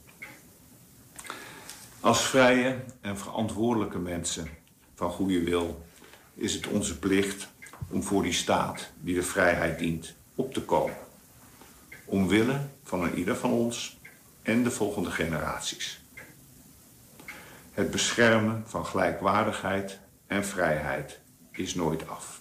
[SPEAKER 15] Als vrije en verantwoordelijke mensen van goede wil is het onze plicht om voor die staat die de vrijheid dient op te komen. Omwille van een ieder van ons en de volgende generaties. Het beschermen van gelijkwaardigheid en vrijheid is nooit af.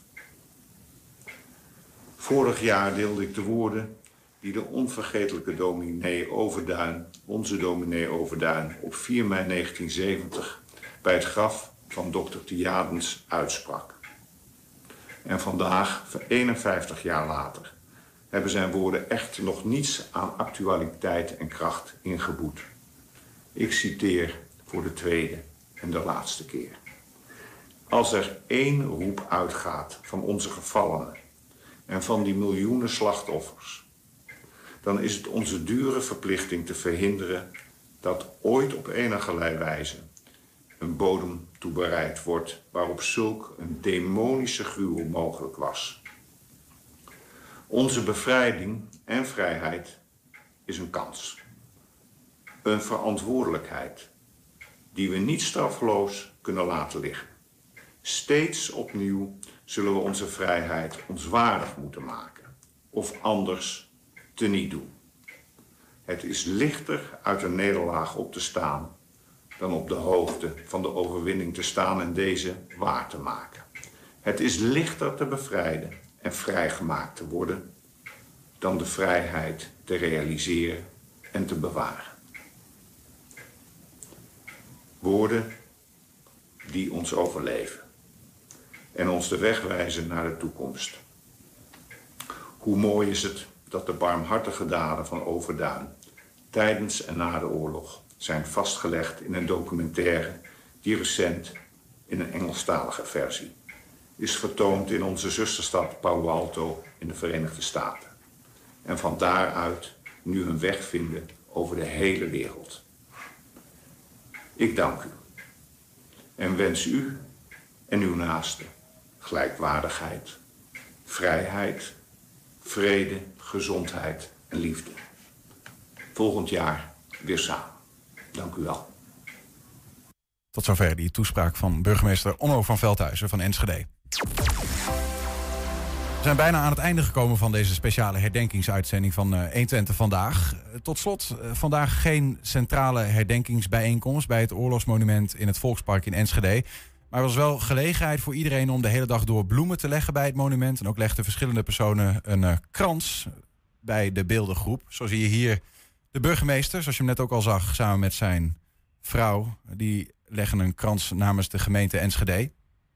[SPEAKER 15] Vorig jaar deelde ik de woorden die de onvergetelijke dominee Overduin, onze dominee Overduin, op vier mei negentien zeventig bij het graf van dokter Thiadens uitsprak. En vandaag, eenenvijftig jaar later, hebben zijn woorden echt nog niets aan actualiteit en kracht ingeboet. Ik citeer voor de tweede en de laatste keer. Als er één roep uitgaat van onze gevallenen en van die miljoenen slachtoffers, dan is het onze dure verplichting te verhinderen dat ooit op enigerlei wijze een bodem toebereid wordt waarop zulk een demonische gruwel mogelijk was. Onze bevrijding en vrijheid is een kans. Een verantwoordelijkheid die we niet straffeloos kunnen laten liggen. Steeds opnieuw zullen we onze vrijheid ons waardig moeten maken. Of anders teniet doen. Het is lichter uit een nederlaag op te staan dan op de hoogte van de overwinning te staan en deze waar te maken. Het is lichter te bevrijden en vrijgemaakt te worden dan de vrijheid te realiseren en te bewaren. Woorden die ons overleven en ons de weg wijzen naar de toekomst. Hoe mooi is het dat de barmhartige daden van Overduin tijdens en na de oorlog zijn vastgelegd in een documentaire die recent in een Engelstalige versie is vertoond in onze zusterstad Palo Alto in de Verenigde Staten. en van daaruit nu hun weg vinden over de hele wereld. Ik dank u en wens u en uw naasten gelijkwaardigheid, vrijheid, vrede, gezondheid en liefde. Volgend jaar weer samen. Dank u wel.
[SPEAKER 5] Tot zover die toespraak van burgemeester Onno van Veldhuizen van Enschede. We zijn bijna aan het einde gekomen van deze speciale herdenkingsuitzending van uh, honderdtwintig vandaag. Uh, tot slot, uh, vandaag geen centrale herdenkingsbijeenkomst bij het oorlogsmonument in het Volkspark in Enschede. Maar er was wel gelegenheid voor iedereen om de hele dag door bloemen te leggen bij het monument. En ook legden verschillende personen een uh, krans bij de beeldengroep. Zo zie je hier de burgemeester, zoals je hem net ook al zag, samen met zijn vrouw. Die leggen een krans namens de gemeente Enschede.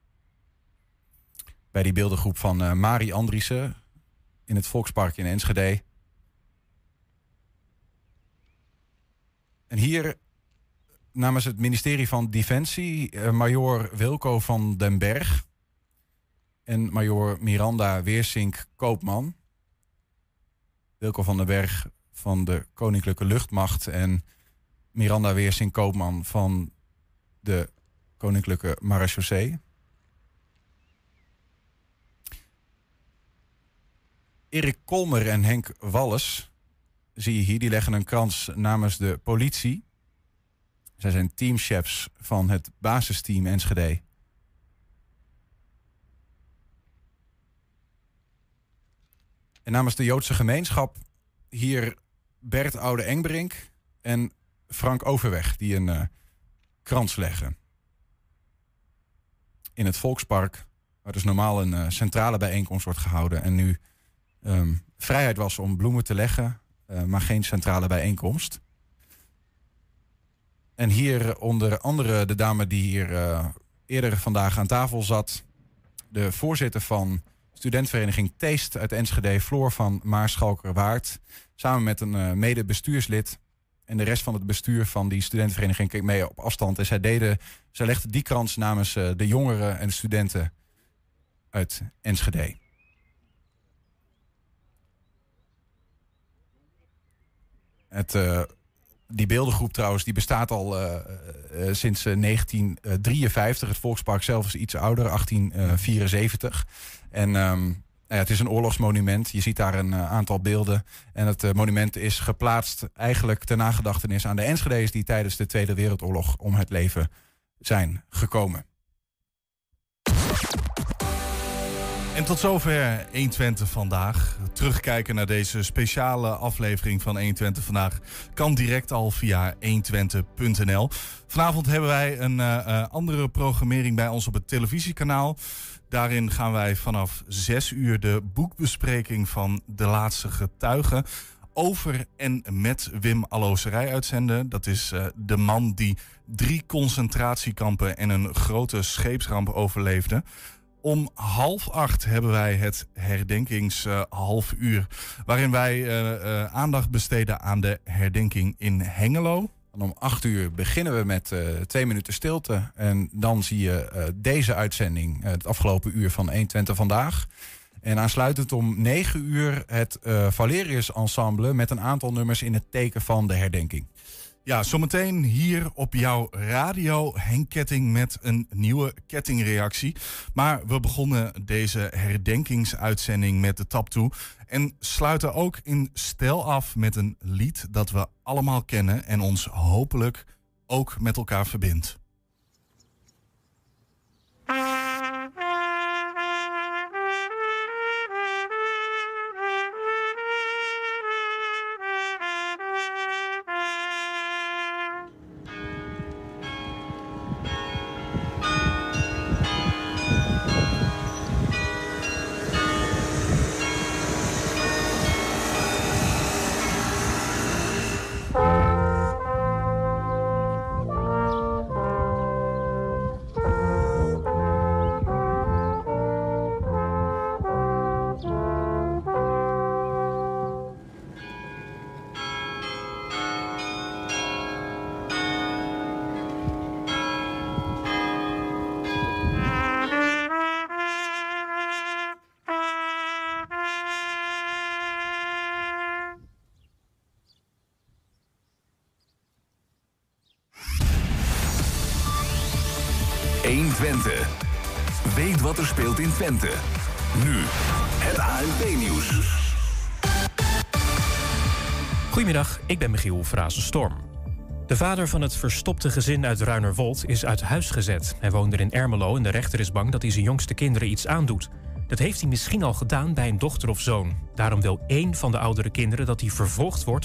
[SPEAKER 5] Bij die beeldengroep van uh, Marie Andriessen in het Volkspark in Enschede. En hier namens het ministerie van Defensie uh, Major Wilco van den Berg en Major Miranda Weersink-Koopman. Wilco van den Berg van de Koninklijke Luchtmacht en Miranda Weersink-Koopman van de Koninklijke Marechaussee. Erik Kolmer en Henk Walles, zie je hier, die leggen een krans namens de politie. Zij zijn teamchefs van het basisteam Enschede. En namens de Joodse gemeenschap hier Bert Oude-Engbrink en Frank Overweg, die een uh, krans leggen. In het Volkspark, waar dus normaal een uh, centrale bijeenkomst wordt gehouden en nu Um, vrijheid was om bloemen te leggen, uh, maar geen centrale bijeenkomst. En hier onder andere de dame die hier uh, eerder vandaag aan tafel zat, de voorzitter van studentenvereniging Teest uit Enschede, Floor van Maarschalkerwaard, samen met een uh, mede-bestuurslid. En de rest van het bestuur van die studentenvereniging keek mee op afstand. En zij, deden, zij legden die krans namens uh, de jongeren en de studenten uit Enschede. Het, uh, die beeldengroep trouwens, die bestaat al uh, uh, sinds uh, negentien drieënvijftig. Het Volkspark zelf is iets ouder, achttien vierenzeventig. En um, nou ja, het is een oorlogsmonument. Je ziet daar een uh, aantal beelden. En het uh, monument is geplaatst eigenlijk ter nagedachtenis aan de Enschede's die tijdens de Tweede Wereldoorlog om het leven zijn gekomen.
[SPEAKER 7] En tot zover honderdtwintig vandaag. Terugkijken naar deze speciale aflevering van honderdtwintig vandaag kan direct al via honderdtwintig punt n l. Vanavond hebben wij een uh, andere programmering bij ons op het televisiekanaal. Daarin gaan wij vanaf zes uur de boekbespreking van De Laatste Getuigen over en met Wim Allooserij uitzenden. Dat is uh, de man die drie concentratiekampen en een grote scheepsramp overleefde. Om half acht hebben wij het herdenkingshalf uh, uur, waarin wij uh, uh, aandacht besteden aan de herdenking in Hengelo.
[SPEAKER 5] En om acht uur beginnen we met uh, twee minuten stilte. En dan zie je uh, deze uitzending, uh, het afgelopen uur van honderdtwintig vandaag. En aansluitend om negen uur het uh, Valerius Ensemble met een aantal nummers in het teken van de herdenking.
[SPEAKER 7] Ja, zometeen hier op jouw radio Henk Ketting met een nieuwe kettingreactie. Maar we begonnen deze herdenkingsuitzending met de tap toe. En sluiten ook in stijl af met een lied dat we allemaal kennen en ons hopelijk ook met elkaar verbindt.
[SPEAKER 4] honderdtwintig. Weet wat er speelt in Twente. Nu het A N P-nieuws.
[SPEAKER 1] Goedemiddag, ik ben Michiel Frazen-Storm. De vader van het verstopte gezin uit Ruinerwold is uit huis gezet. Hij woonde in Ermelo en de rechter is bang dat hij zijn jongste kinderen iets aandoet. Dat heeft hij misschien al gedaan bij een dochter of zoon. Daarom wil één van de oudere kinderen dat hij vervolgd wordt